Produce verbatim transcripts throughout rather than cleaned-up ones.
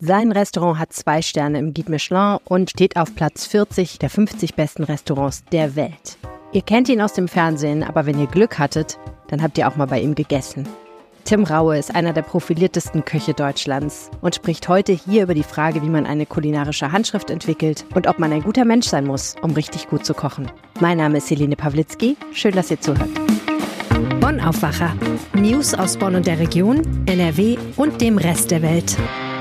Sein Restaurant hat zwei Sterne im Guide Michelin und steht auf Platz vierzig der fünfzig besten Restaurants der Welt. Ihr kennt ihn aus dem Fernsehen, aber wenn ihr Glück hattet, dann habt ihr auch mal bei ihm gegessen. Tim Raue ist einer der profiliertesten Köche Deutschlands und spricht heute hier über die Frage, wie man eine kulinarische Handschrift entwickelt und ob man ein guter Mensch sein muss, um richtig gut zu kochen. Mein Name ist Helene Pawlitzki. Schön, dass ihr zuhört. Bonn Aufwacher. News aus Bonn und der Region, N R W und dem Rest der Welt.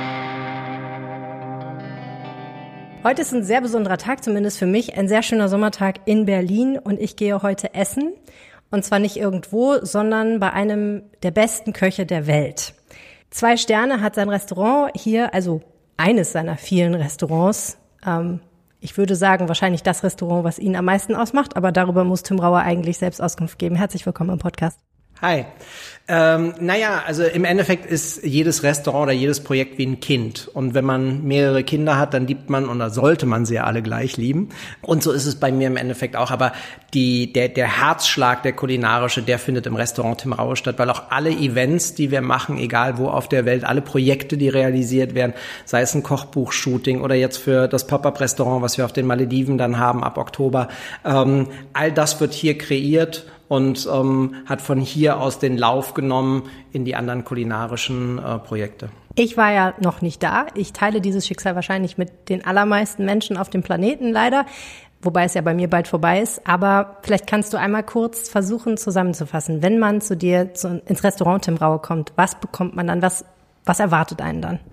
Heute ist ein sehr besonderer Tag, zumindest für mich. Ein sehr schöner Sommertag in Berlin und ich gehe heute essen. Und zwar nicht irgendwo, sondern bei einem der besten Köche der Welt. Zwei Sterne hat sein Restaurant hier, also eines seiner vielen Restaurants. Ähm, ich würde sagen, wahrscheinlich das Restaurant, was ihn am meisten ausmacht. Aber darüber muss Tim Raue eigentlich selbst Auskunft geben. Herzlich willkommen im Podcast. Hi. Ähm, naja, also im Endeffekt ist jedes Restaurant oder jedes Projekt wie ein Kind. Und wenn man mehrere Kinder hat, dann liebt man oder sollte man sie ja alle gleich lieben. Und so ist es bei mir im Endeffekt auch. Aber die, der, der Herzschlag, der kulinarische, der findet im Restaurant Tim Raue statt, weil auch alle Events, die wir machen, egal wo auf der Welt, alle Projekte, die realisiert werden, sei es ein Kochbuch-Shooting oder jetzt für das Pop-Up-Restaurant, was wir auf den Malediven dann haben ab Oktober, ähm, all das wird hier kreiert und ähm, hat von hier aus den Lauf genommen in die anderen kulinarischen äh, Projekte. Ich war ja noch nicht da. Ich teile dieses Schicksal wahrscheinlich mit den allermeisten Menschen auf dem Planeten leider, wobei es ja bei mir bald vorbei ist. Aber vielleicht kannst du einmal kurz versuchen zusammenzufassen, wenn man zu dir zu, ins Restaurant Tim Raue kommt, was bekommt man dann, was, was erwartet einen dann?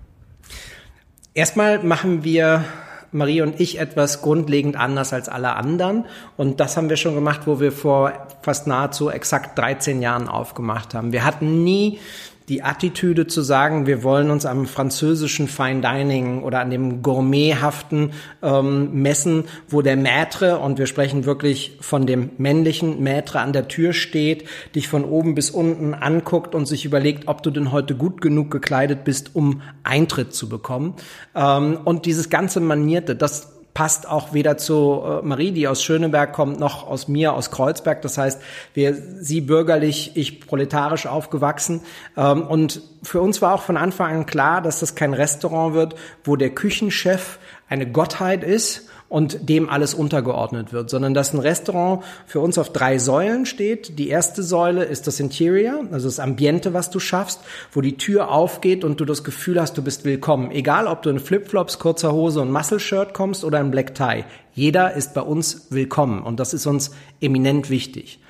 Erstmal machen wir Marie und ich etwas grundlegend anders als alle anderen. Und das haben wir schon gemacht, wo wir vor fast nahezu exakt dreizehn Jahren aufgemacht haben. Wir hatten nie die Attitüde zu sagen, wir wollen uns am französischen Fine Dining oder an dem Gourmethaften ähm, messen, wo der Maître, und wir sprechen wirklich von dem männlichen Maître, an der Tür steht, dich von oben bis unten anguckt und sich überlegt, ob du denn heute gut genug gekleidet bist, um Eintritt zu bekommen. Ähm, und dieses ganze Manierte, das passt auch weder zu äh, Marie, die aus Schöneberg kommt, noch aus mir, aus Kreuzberg. Das heißt, wir, sie bürgerlich, ich proletarisch aufgewachsen. Ähm, und für uns war auch von Anfang an klar, dass das kein Restaurant wird, wo der Küchenchef eine Gottheit ist und dem alles untergeordnet wird, sondern dass ein Restaurant für uns auf drei Säulen steht. Die erste Säule ist das Interior, also das Ambiente, was du schaffst, wo die Tür aufgeht und du das Gefühl hast, du bist willkommen. Egal, ob du in Flipflops, kurzer Hose und Muscle-Shirt kommst oder in Black Tie. Jeder ist bei uns willkommen und das ist uns eminent wichtig.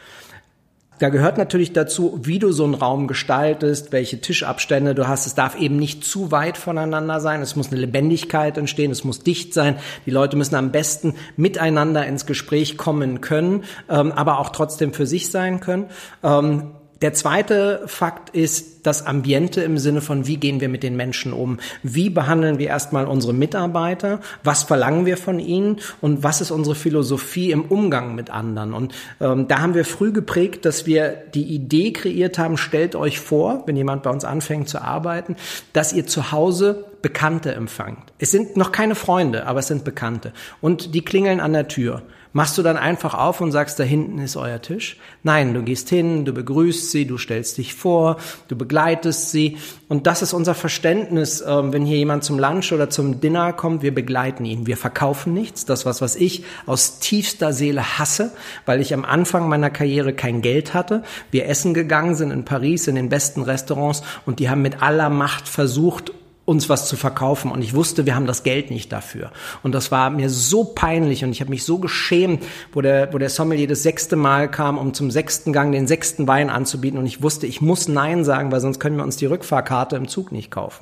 Da gehört natürlich dazu, wie du so einen Raum gestaltest, welche Tischabstände du hast. Es darf eben nicht zu weit voneinander sein. Es muss eine Lebendigkeit entstehen. Es muss dicht sein. Die Leute müssen am besten miteinander ins Gespräch kommen können, ähm, aber auch trotzdem für sich sein können. Ähm, Der zweite Fakt ist das Ambiente im Sinne von, wie gehen wir mit den Menschen um? Wie behandeln wir erstmal unsere Mitarbeiter? Was verlangen wir von ihnen? Und was ist unsere Philosophie im Umgang mit anderen? Und ähm, da haben wir früh geprägt, dass wir die Idee kreiert haben, stellt euch vor, wenn jemand bei uns anfängt zu arbeiten, dass ihr zu Hause Bekannte empfangt. Es sind noch keine Freunde, aber es sind Bekannte. Und die klingeln an der Tür. Machst du dann einfach auf und sagst, da hinten ist euer Tisch? Nein, du gehst hin, du begrüßt sie, du stellst dich vor, du begleitest sie. Und das ist unser Verständnis, wenn hier jemand zum Lunch oder zum Dinner kommt, wir begleiten ihn. Wir verkaufen nichts. Das was, was ich aus tiefster Seele hasse, weil ich am Anfang meiner Karriere kein Geld hatte. Wir essen gegangen sind in Paris, in den besten Restaurants und die haben mit aller Macht versucht, uns was zu verkaufen und ich wusste, wir haben das Geld nicht dafür. Und das war mir so peinlich und ich habe mich so geschämt, wo der, wo der Sommelier das sechste Mal kam, um zum sechsten Gang den sechsten Wein anzubieten und ich wusste, ich muss Nein sagen, weil sonst können wir uns die Rückfahrkarte im Zug nicht kaufen.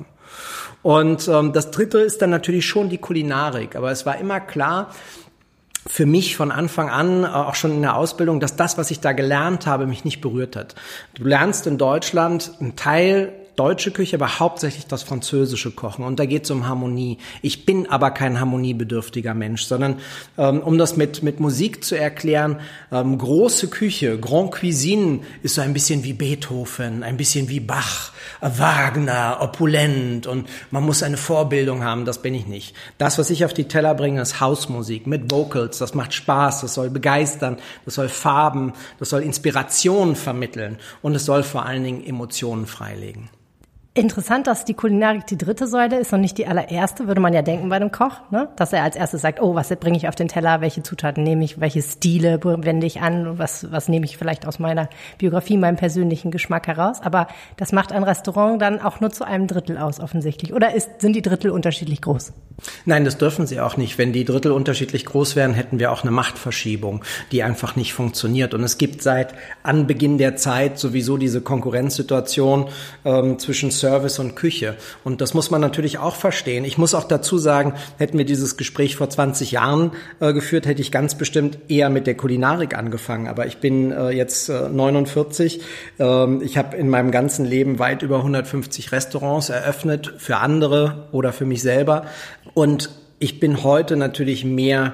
Und ähm, das dritte ist dann natürlich schon die Kulinarik, aber es war immer klar, für mich von Anfang an, auch schon in der Ausbildung, dass das, was ich da gelernt habe, mich nicht berührt hat. Du lernst in Deutschland einen Teil deutsche Küche, aber hauptsächlich das französische Kochen. Und da geht es um Harmonie. Ich bin aber kein harmoniebedürftiger Mensch, sondern ähm, um das mit mit Musik zu erklären, ähm, große Küche, Grand Cuisine ist so ein bisschen wie Beethoven, ein bisschen wie Bach, äh, Wagner, opulent und man muss eine Vorbildung haben, das bin ich nicht. Das, was ich auf die Teller bringe, ist Hausmusik mit Vocals, das macht Spaß, das soll begeistern, das soll Farben, das soll Inspiration vermitteln und es soll vor allen Dingen Emotionen freilegen. Interessant, dass die Kulinarik die dritte Säule ist und nicht die allererste, würde man ja denken bei einem Koch, ne? Dass er als erstes sagt, oh, was bringe ich auf den Teller, welche Zutaten nehme ich, welche Stile wende ich an, was, was nehme ich vielleicht aus meiner Biografie, meinem persönlichen Geschmack heraus. Aber das macht ein Restaurant dann auch nur zu einem Drittel aus, offensichtlich. Oder ist, sind die Drittel unterschiedlich groß? Nein, das dürfen sie auch nicht. Wenn die Drittel unterschiedlich groß wären, hätten wir auch eine Machtverschiebung, die einfach nicht funktioniert. Und es gibt seit Anbeginn der Zeit sowieso diese Konkurrenzsituation ähm, zwischen Service und Küche. Und das muss man natürlich auch verstehen. Ich muss auch dazu sagen, hätten wir dieses Gespräch vor zwanzig Jahren äh, geführt, hätte ich ganz bestimmt eher mit der Kulinarik angefangen. Aber ich bin äh, jetzt äh, neunundvierzig. Ähm, ich habe in meinem ganzen Leben weit über hundertfünfzig Restaurants eröffnet, für andere oder für mich selber. Und ich bin heute natürlich mehr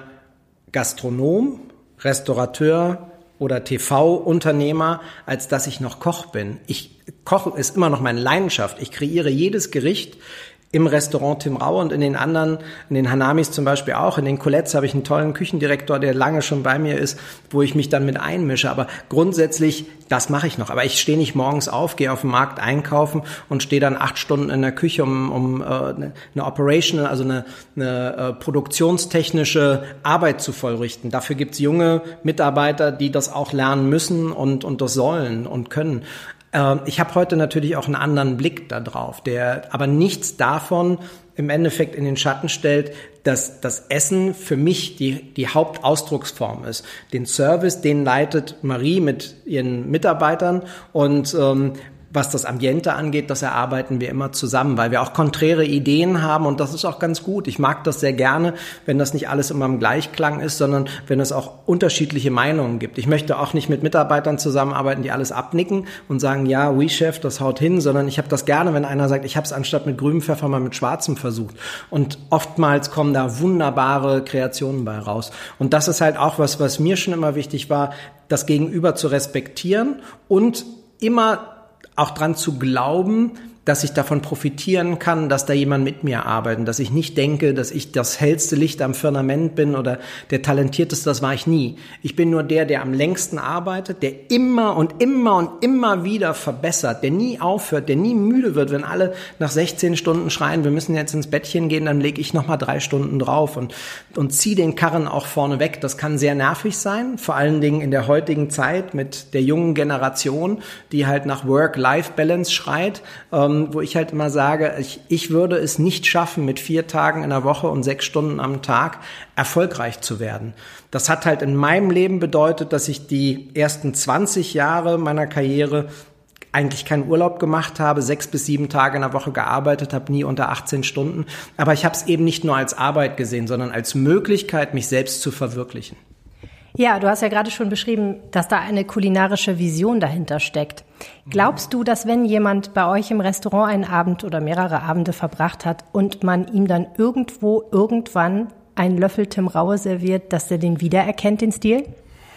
Gastronom, Restaurateur oder T V-Unternehmer, als dass ich noch Koch bin. Ich Kochen ist immer noch meine Leidenschaft. Ich kreiere jedes Gericht im Restaurant Tim Raue und in den anderen, in den Hanamis zum Beispiel auch. In den Colettes habe ich einen tollen Küchendirektor, der lange schon bei mir ist, wo ich mich dann mit einmische. Aber grundsätzlich, das mache ich noch. Aber ich stehe nicht morgens auf, gehe auf den Markt einkaufen und stehe dann acht Stunden in der Küche, um, um äh, eine Operational, also eine, eine äh, produktionstechnische Arbeit zu vollrichten. Dafür gibt's junge Mitarbeiter, die das auch lernen müssen und, und das sollen und können. Ich habe heute natürlich auch einen anderen Blick da drauf, der aber nichts davon im Endeffekt in den Schatten stellt, dass das Essen für mich die, die Hauptausdrucksform ist. Den Service, den leitet Marie mit ihren Mitarbeitern und ähm, was das Ambiente angeht, das erarbeiten wir immer zusammen, weil wir auch konträre Ideen haben und das ist auch ganz gut. Ich mag das sehr gerne, wenn das nicht alles immer im Gleichklang ist, sondern wenn es auch unterschiedliche Meinungen gibt. Ich möchte auch nicht mit Mitarbeitern zusammenarbeiten, die alles abnicken und sagen, ja, oui, Chef, das haut hin, sondern ich habe das gerne, wenn einer sagt, ich habe es anstatt mit grünem Pfeffer mal mit schwarzem versucht. Und oftmals kommen da wunderbare Kreationen bei raus. Und das ist halt auch was, was mir schon immer wichtig war, das Gegenüber zu respektieren und immer auch dran zu glauben, dass ich davon profitieren kann, dass da jemand mit mir arbeitet, dass ich nicht denke, dass ich das hellste Licht am Firmament bin oder der talentierteste, das war ich nie. Ich bin nur der, der am längsten arbeitet, der immer und immer und immer wieder verbessert, der nie aufhört, der nie müde wird, wenn alle nach sechzehn Stunden schreien, wir müssen jetzt ins Bettchen gehen, dann lege ich nochmal drei Stunden drauf und, und ziehe den Karren auch vorne weg. Das kann sehr nervig sein, vor allen Dingen in der heutigen Zeit mit der jungen Generation, die halt nach Work-Life-Balance schreit, ähm, wo ich halt immer sage, ich, ich würde es nicht schaffen, mit vier Tagen in der Woche und sechs Stunden am Tag erfolgreich zu werden. Das hat halt in meinem Leben bedeutet, dass ich die ersten zwanzig Jahre meiner Karriere eigentlich keinen Urlaub gemacht habe, sechs bis sieben Tage in der Woche gearbeitet habe, nie unter achtzehn Stunden. Aber ich habe es eben nicht nur als Arbeit gesehen, sondern als Möglichkeit, mich selbst zu verwirklichen. Ja, du hast ja gerade schon beschrieben, dass da eine kulinarische Vision dahinter steckt. Glaubst du, dass wenn jemand bei euch im Restaurant einen Abend oder mehrere Abende verbracht hat und man ihm dann irgendwo irgendwann einen Löffel Tim Raue serviert, dass er den wiedererkennt, den Stil?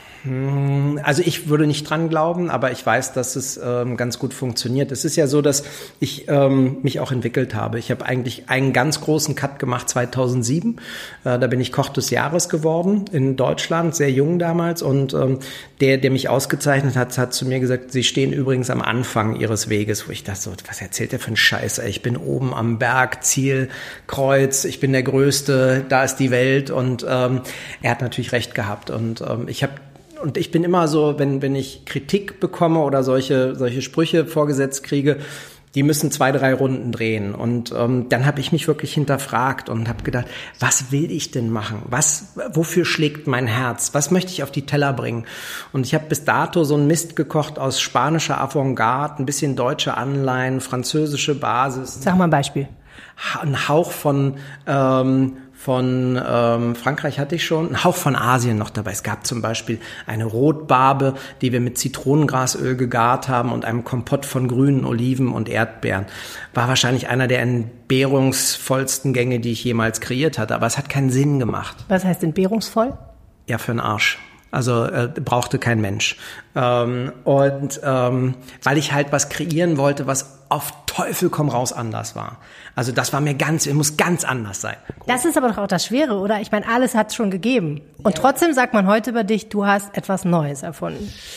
Also ich würde nicht dran glauben, aber ich weiß, dass es ähm, ganz gut funktioniert. Es ist ja so, dass ich ähm, mich auch entwickelt habe. Ich habe eigentlich einen ganz großen Cut gemacht zweitausendsieben. Äh, da bin ich Koch des Jahres geworden in Deutschland, sehr jung damals. Und ähm, der, der mich ausgezeichnet hat, hat zu mir gesagt, Sie stehen übrigens am Anfang Ihres Weges. Wo ich dachte so, was erzählt der für einen Scheiß? Ey? Ich bin oben am Berg, Ziel, Kreuz, ich bin der Größte, da ist die Welt. Und ähm, er hat natürlich recht gehabt. Und ähm, ich habe Und ich bin immer so, wenn wenn ich Kritik bekomme oder solche solche Sprüche vorgesetzt kriege, die müssen zwei, drei Runden drehen. Und ähm, dann habe ich mich wirklich hinterfragt und habe gedacht, was will ich denn machen? Was, wofür schlägt mein Herz? Was möchte ich auf die Teller bringen? Und ich habe bis dato so einen Mist gekocht aus spanischer Avantgarde, ein bisschen deutsche Anleihen, französische Basis. Sag mal ein Beispiel. Ein Hauch von ähm, Von ähm, Frankreich hatte ich schon, ein Hauch von Asien noch dabei. Es gab zum Beispiel eine Rotbarbe, die wir mit Zitronengrasöl gegart haben und einem Kompott von grünen Oliven und Erdbeeren. War wahrscheinlich einer der entbehrungsvollsten Gänge, die ich jemals kreiert hatte, aber es hat keinen Sinn gemacht. Was heißt entbehrungsvoll? Ja, für den Arsch. Also äh, brauchte kein Mensch. Ähm, und ähm, weil ich halt was kreieren wollte, was auf Teufel komm raus anders war. Also das war mir ganz, es muss ganz anders sein. Das ist aber doch auch das Schwere, oder? Ich meine, alles hat es schon gegeben. Und ja. Trotzdem sagt man heute über dich, du hast etwas Neues erfunden.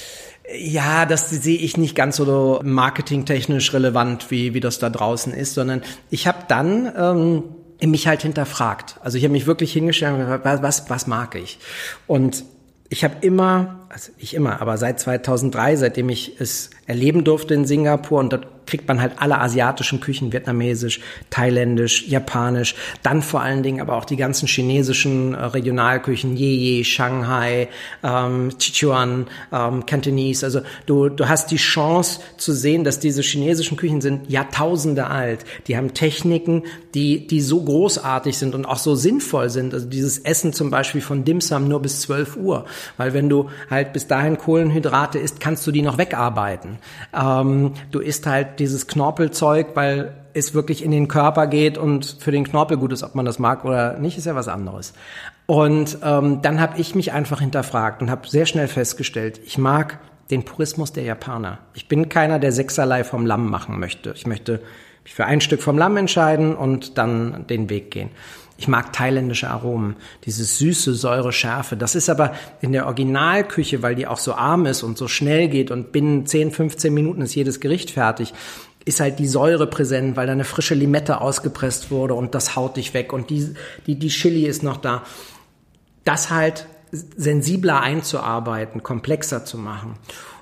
Ja, das sehe ich nicht ganz so marketingtechnisch relevant, wie, wie das da draußen ist, sondern ich habe dann ähm, mich halt hinterfragt. Also ich habe mich wirklich hingestellt und gesagt, was, was mag ich? Und ich habe immer, also ich immer, aber seit zweitausenddrei, seitdem ich es erleben durfte in Singapur, und dort kriegt man halt alle asiatischen Küchen, vietnamesisch, thailändisch, japanisch, dann vor allen Dingen aber auch die ganzen chinesischen äh, Regionalküchen, Yeye, Shanghai, ähm, Sichuan, ähm, Cantonese. Also du, du hast die Chance zu sehen, dass diese chinesischen Küchen sind Jahrtausende alt. Die haben Techniken, die, die so großartig sind und auch so sinnvoll sind. Also dieses Essen zum Beispiel von Dim Sum nur bis zwölf Uhr. Weil wenn du halt bis dahin Kohlenhydrate isst, kannst du die noch wegarbeiten. Ähm, du isst halt dieses Knorpelzeug, weil es wirklich in den Körper geht und für den Knorpel gut ist, ob man das mag oder nicht, ist ja was anderes. Und ähm, dann habe ich mich einfach hinterfragt und habe sehr schnell festgestellt, ich mag den Purismus der Japaner. Ich bin keiner, der sechserlei vom Lamm machen möchte. Ich möchte mich für ein Stück vom Lamm entscheiden und dann den Weg gehen. Ich mag thailändische Aromen, dieses süße, Säure, Schärfe. Das ist aber in der Originalküche, weil die auch so arm ist und so schnell geht und binnen zehn, fünfzehn Minuten ist jedes Gericht fertig, ist halt die Säure präsent, weil da eine frische Limette ausgepresst wurde und das haut dich weg und die, die, die Chili ist noch da. Das halt sensibler einzuarbeiten, komplexer zu machen.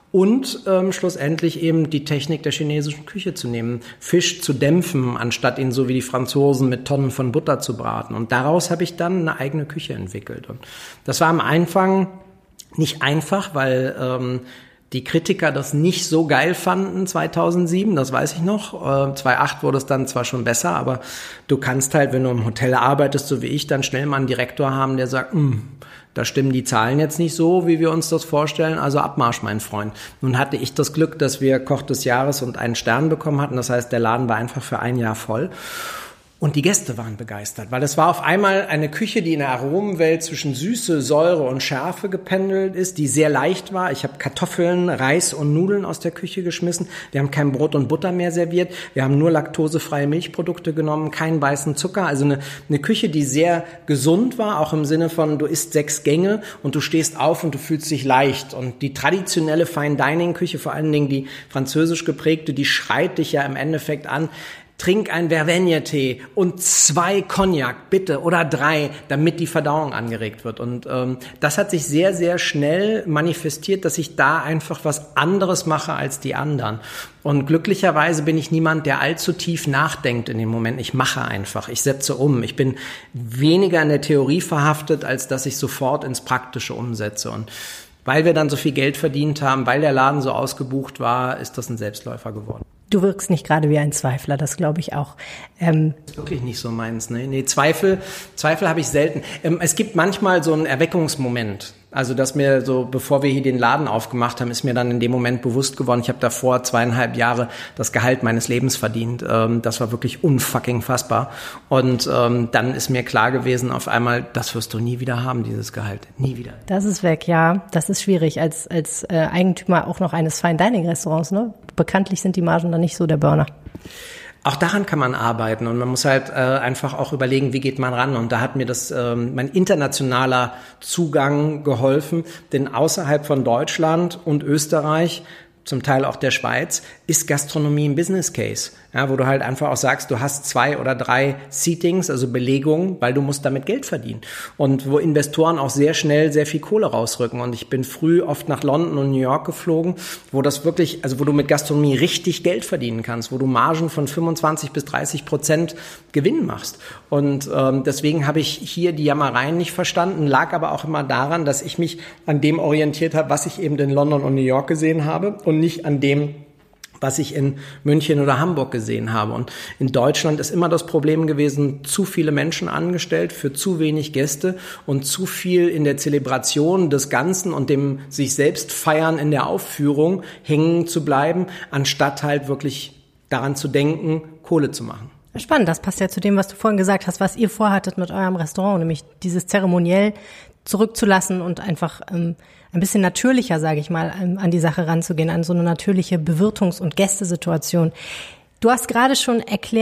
Und ähm, schlussendlich eben die Technik der chinesischen Küche zu nehmen, Fisch zu dämpfen, anstatt ihn so wie die Franzosen mit Tonnen von Butter zu braten. Und daraus habe ich dann eine eigene Küche entwickelt. Und das war am Anfang nicht einfach, weil ähm, die Kritiker das nicht so geil fanden zweitausendsieben, das weiß ich noch. Äh, zweitausendacht wurde es dann zwar schon besser, aber du kannst halt, wenn du im Hotel arbeitest, so wie ich, dann schnell mal einen Direktor haben, der sagt, da stimmen die Zahlen jetzt nicht so, wie wir uns das vorstellen, also Abmarsch, mein Freund. Nun hatte ich das Glück, dass wir Koch des Jahres und einen Stern bekommen hatten, das heißt, der Laden war einfach für ein Jahr voll. Und die Gäste waren begeistert, weil es war auf einmal eine Küche, die in der Aromenwelt zwischen Süße, Säure und Schärfe gependelt ist, die sehr leicht war. Ich habe Kartoffeln, Reis und Nudeln aus der Küche geschmissen. Wir haben kein Brot und Butter mehr serviert. Wir haben nur laktosefreie Milchprodukte genommen, keinen weißen Zucker. Also eine, eine Küche, die sehr gesund war, auch im Sinne von, du isst sechs Gänge und du stehst auf und du fühlst dich leicht. Und die traditionelle Fine-Dining-Küche, vor allen Dingen die französisch geprägte, die schreit dich ja im Endeffekt an, trink ein Verveine-Tee und zwei Cognac, bitte, oder drei, damit die Verdauung angeregt wird. Und ähm, das hat sich sehr, sehr schnell manifestiert, dass ich da einfach was anderes mache als die anderen. Und glücklicherweise bin ich niemand, der allzu tief nachdenkt in dem Moment. Ich mache einfach, ich setze um. Ich bin weniger in der Theorie verhaftet, als dass ich sofort ins Praktische umsetze. Und weil wir dann so viel Geld verdient haben, weil der Laden so ausgebucht war, ist das ein Selbstläufer geworden. Du wirkst nicht gerade wie ein Zweifler, das glaube ich auch. Ähm das ist wirklich nicht so meins, ne? Nee, Zweifel, Zweifel habe ich selten. Ähm, es gibt manchmal so einen Erweckungsmoment. Also, dass mir so, bevor wir hier den Laden aufgemacht haben, ist mir dann in dem Moment bewusst geworden, ich habe davor zweieinhalb Jahre das Gehalt meines Lebens verdient. Ähm, das war wirklich unfucking fassbar. Und ähm, dann ist mir klar gewesen, auf einmal, das wirst du nie wieder haben, dieses Gehalt. Nie wieder. Das ist weg, ja. Das ist schwierig als als äh, Eigentümer auch noch eines Fine-Dining-Restaurants, ne? Bekanntlich sind die Margen dann nicht so der Burner. Auch daran kann man arbeiten und man muss halt äh, einfach auch überlegen, wie geht man ran. Und da hat mir das ähm, mein internationaler Zugang geholfen, denn außerhalb von Deutschland und Österreich, zum Teil auch der Schweiz, ist Gastronomie ein Business Case, ja, wo du halt einfach auch sagst, du hast zwei oder drei Seatings, also Belegungen, weil du musst damit Geld verdienen. Und wo Investoren auch sehr schnell sehr viel Kohle rausrücken. Und ich bin früh oft nach London und New York geflogen, wo das wirklich, also wo du mit Gastronomie richtig Geld verdienen kannst, wo du Margen von fünfundzwanzig bis dreißig Prozent Gewinn machst. Und ähm, deswegen habe ich hier die Jammereien nicht verstanden, lag aber auch immer daran, dass ich mich an dem orientiert habe, was ich eben in London und New York gesehen habe und nicht an dem, was ich in München oder Hamburg gesehen habe. Und in Deutschland ist immer das Problem gewesen, zu viele Menschen angestellt für zu wenig Gäste und zu viel in der Zelebration des Ganzen und dem sich selbst feiern in der Aufführung hängen zu bleiben, anstatt halt wirklich daran zu denken, Kohle zu machen. Spannend, das passt ja zu dem, was du vorhin gesagt hast, was ihr vorhattet mit eurem Restaurant, nämlich dieses zeremoniell zurückzulassen und einfach ähm, ein bisschen natürlicher, sage ich mal, ähm, an die Sache ranzugehen, an so eine natürliche Bewirtungs- und Gästesituation. Du hast gerade schon erklärt,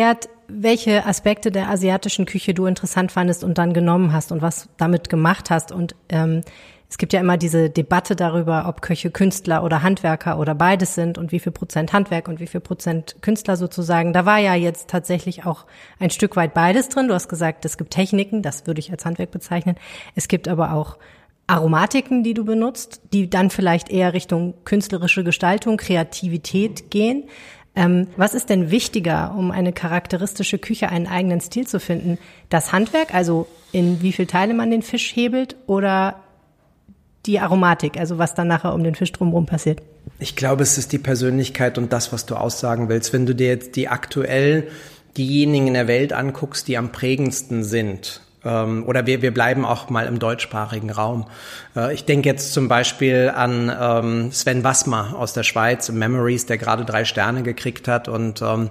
welche Aspekte der asiatischen Küche du interessant fandest und dann genommen hast und was damit gemacht hast. Und ähm, es gibt ja immer diese Debatte darüber, ob Köche Künstler oder Handwerker oder beides sind und wie viel Prozent Handwerk und wie viel Prozent Künstler sozusagen. Da war ja jetzt tatsächlich auch ein Stück weit beides drin. Du hast gesagt, es gibt Techniken, das würde ich als Handwerk bezeichnen. Es gibt aber auch Aromatiken, die du benutzt, die dann vielleicht eher Richtung künstlerische Gestaltung, Kreativität gehen. Ähm, was ist denn wichtiger, um eine charakteristische Küche, einen eigenen Stil zu finden? Das Handwerk, also in wie viel Teile man den Fisch hebelt, oder die Aromatik, also was dann nachher um den Fisch drumherum passiert? Ich glaube, es ist die Persönlichkeit und das, was du aussagen willst. Wenn du dir jetzt die aktuell diejenigen in der Welt anguckst, die am prägendsten sind, ähm, oder wir, wir bleiben auch mal im deutschsprachigen Raum. Äh, ich denke jetzt zum Beispiel an ähm, Sven Wassmer aus der Schweiz, Memories, der gerade drei Sterne gekriegt hat, und ähm,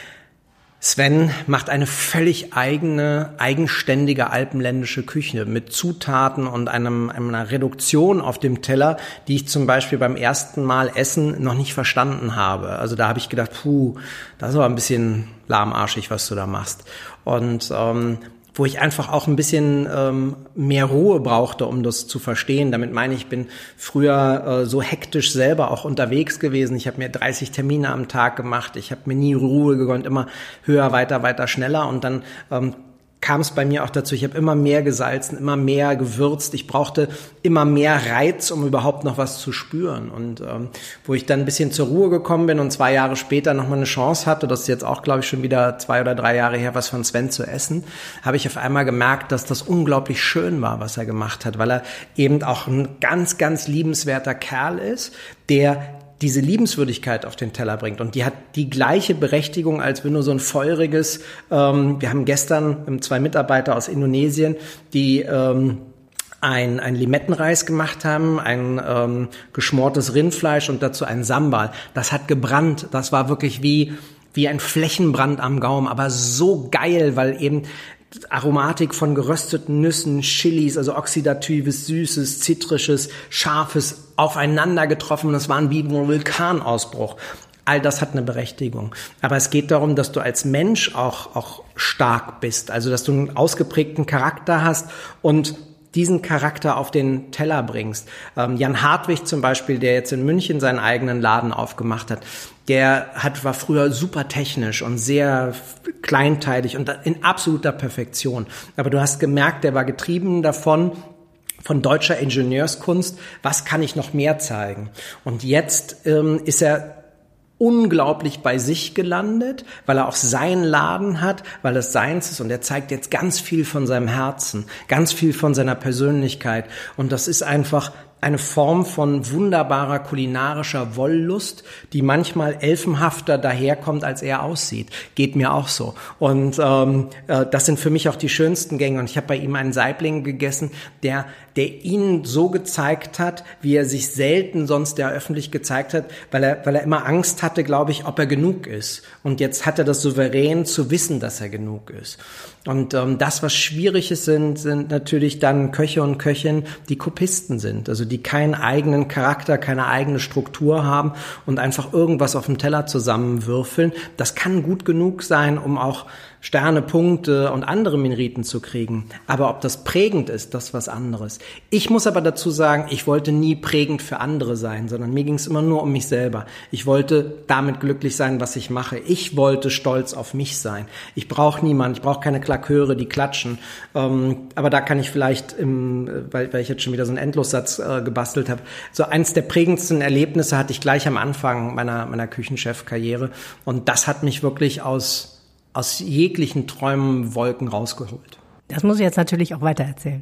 Sven macht eine völlig eigene, eigenständige alpenländische Küche mit Zutaten und einem, einer Reduktion auf dem Teller, die ich zum Beispiel beim ersten Mal essen noch nicht verstanden habe. Also da habe ich gedacht, puh, das ist aber ein bisschen lahmarschig, was du da machst. Und ähm, wo ich einfach auch ein bisschen ähm, mehr Ruhe brauchte, um das zu verstehen. Damit meine ich, ich bin früher äh, so hektisch selber auch unterwegs gewesen. Ich habe mir dreißig Termine am Tag gemacht. Ich habe mir nie Ruhe gegönnt, immer höher, weiter, weiter, schneller. Und dann ähm, kam es bei mir auch dazu, ich habe immer mehr gesalzen, immer mehr gewürzt. Ich brauchte immer mehr Reiz, um überhaupt noch was zu spüren. Und ähm, wo ich dann ein bisschen zur Ruhe gekommen bin und zwei Jahre später nochmal eine Chance hatte, das ist jetzt auch, glaube ich, schon wieder zwei oder drei Jahre her, was von Sven zu essen, habe ich auf einmal gemerkt, dass das unglaublich schön war, was er gemacht hat, weil er eben auch ein ganz, ganz liebenswerter Kerl ist, der diese Liebenswürdigkeit auf den Teller bringt. Und die hat die gleiche Berechtigung, als wenn du so ein feuriges, ähm, wir haben gestern zwei Mitarbeiter aus Indonesien, die ähm, ein, ein Limettenreis gemacht haben, ein ähm, geschmortes Rindfleisch und dazu ein Sambal. Das hat gebrannt. Das war wirklich wie, wie ein Flächenbrand am Gaumen, aber so geil, weil eben Aromatik von gerösteten Nüssen, Chilis, also oxidatives, süßes, zitrisches, scharfes aufeinander getroffen. Das war wie ein Vulkanausbruch. All das hat eine Berechtigung. Aber es geht darum, dass du als Mensch auch, auch stark bist. Also, dass du einen ausgeprägten Charakter hast und diesen Charakter auf den Teller bringst. Ähm, Jan Hartwig zum Beispiel, der jetzt in München seinen eigenen Laden aufgemacht hat, der hat, war früher super technisch und sehr kleinteilig und in absoluter Perfektion. Aber du hast gemerkt, der war getrieben davon, von deutscher Ingenieurskunst, was kann ich noch mehr zeigen? Und jetzt ähm, ist er unglaublich bei sich gelandet, weil er auch seinen Laden hat, weil es seins ist, und er zeigt jetzt ganz viel von seinem Herzen, ganz viel von seiner Persönlichkeit, und das ist einfach eine Form von wunderbarer kulinarischer Wollust, die manchmal elfenhafter daherkommt, als er aussieht. Geht mir auch so. Und ähm, äh, das sind für mich auch die schönsten Gänge. Und ich habe bei ihm einen Saibling gegessen, der der ihn so gezeigt hat, wie er sich selten sonst ja öffentlich gezeigt hat, weil er weil er immer Angst hatte, glaube ich, ob er genug ist. Und jetzt hat er das souverän zu wissen, dass er genug ist. Und ähm, das, was schwierig ist, sind, sind natürlich dann Köche und Köchinnen, die Kopisten sind, also die keinen eigenen Charakter, keine eigene Struktur haben und einfach irgendwas auf dem Teller zusammenwürfeln. Das kann gut genug sein, um auch Sterne, Punkte und andere Meriten zu kriegen. Aber ob das prägend ist, das ist was anderes. Ich muss aber dazu sagen, ich wollte nie prägend für andere sein, sondern mir ging es immer nur um mich selber. Ich wollte damit glücklich sein, was ich mache. Ich wollte stolz auf mich sein. Ich brauche niemanden, ich brauche keine Klaköre, die klatschen. Ähm, aber da kann ich vielleicht, im, weil, weil ich jetzt schon wieder so einen Endlossatz äh, gebastelt habe, so eins der prägendsten Erlebnisse hatte ich gleich am Anfang meiner, meiner Küchenchef-Karriere. Und das hat mich wirklich aus aus jeglichen Träumen, Wolken rausgeholt. Das muss ich jetzt natürlich auch weitererzählen.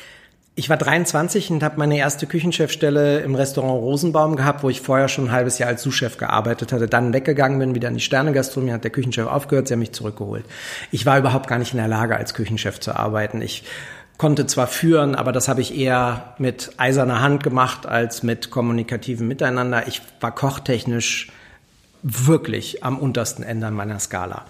Ich war dreiundzwanzig und habe meine erste Küchenchefstelle im Restaurant Rosenbaum gehabt, wo ich vorher schon ein halbes Jahr als Sous-Chef gearbeitet hatte, dann weggegangen bin, wieder in die Sterne-Gastronomie, hat der Küchenchef aufgehört, sie haben mich zurückgeholt. Ich war überhaupt gar nicht in der Lage, als Küchenchef zu arbeiten. Ich konnte zwar führen, aber das habe ich eher mit eiserner Hand gemacht als mit kommunikativem Miteinander. Ich war kochtechnisch wirklich am untersten Ende meiner Skala.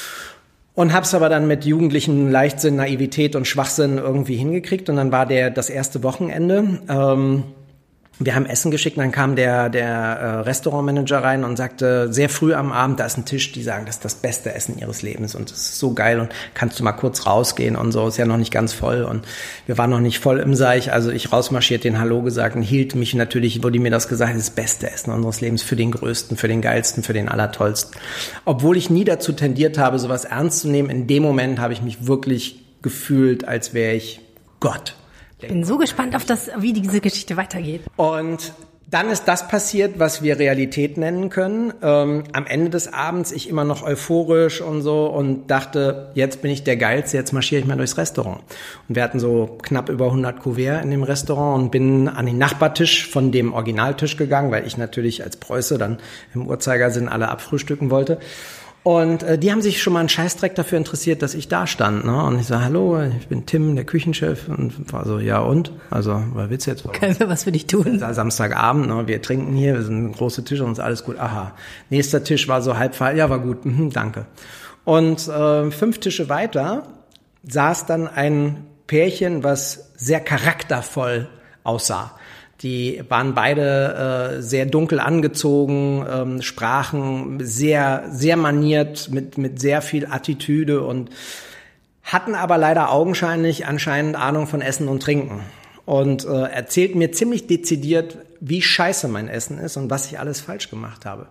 Und hab's aber dann mit jugendlichen Leichtsinn, Naivität und Schwachsinn irgendwie hingekriegt. Und dann war der das erste Wochenende. Ähm, Wir haben Essen geschickt und dann kam der, der äh, Restaurantmanager rein und sagte sehr früh am Abend, da ist ein Tisch, die sagen, das ist das beste Essen ihres Lebens und das ist so geil und kannst du mal kurz rausgehen und so, ist ja noch nicht ganz voll und wir waren noch nicht voll im Seich, also ich rausmarschiert, den Hallo gesagt und hielt mich natürlich, wurde mir das gesagt, das beste Essen unseres Lebens für den größten, für den geilsten, für den allertollsten. Obwohl ich nie dazu tendiert habe, sowas ernst zu nehmen, in dem Moment habe ich mich wirklich gefühlt, als wäre ich Gott. Ich bin so gespannt auf das, wie diese Geschichte weitergeht. Und dann ist das passiert, was wir Realität nennen können. Ähm, am Ende des Abends ich immer noch euphorisch und so und dachte, jetzt bin ich der Geilste, jetzt marschiere ich mal durchs Restaurant. Und wir hatten so knapp über hundert Kuverts in dem Restaurant und bin an den Nachbartisch von dem Originaltisch gegangen, weil ich natürlich als Preuße dann im Uhrzeigersinn alle abfrühstücken wollte. Und äh, die haben sich schon mal einen Scheißdreck dafür interessiert, dass ich da stand. Ne? Und ich sage, hallo, ich bin Tim, der Küchenchef. Und war so, ja und? Also, was willst du jetzt? Können wir was für dich tun? Samstagabend, ne? Wir trinken hier, wir sind ein großer Tisch und ist alles gut. Aha. Nächster Tisch war so halb voll, ja, war gut, mhm, danke. Und äh, fünf Tische weiter saß dann ein Pärchen, was sehr charaktervoll aussah. Die waren beide äh, sehr dunkel angezogen, ähm, sprachen sehr, sehr maniert, mit mit sehr viel Attitüde und hatten aber leider augenscheinlich anscheinend Ahnung von Essen und Trinken. Und äh, erzählten mir ziemlich dezidiert, wie scheiße mein Essen ist und was ich alles falsch gemacht habe.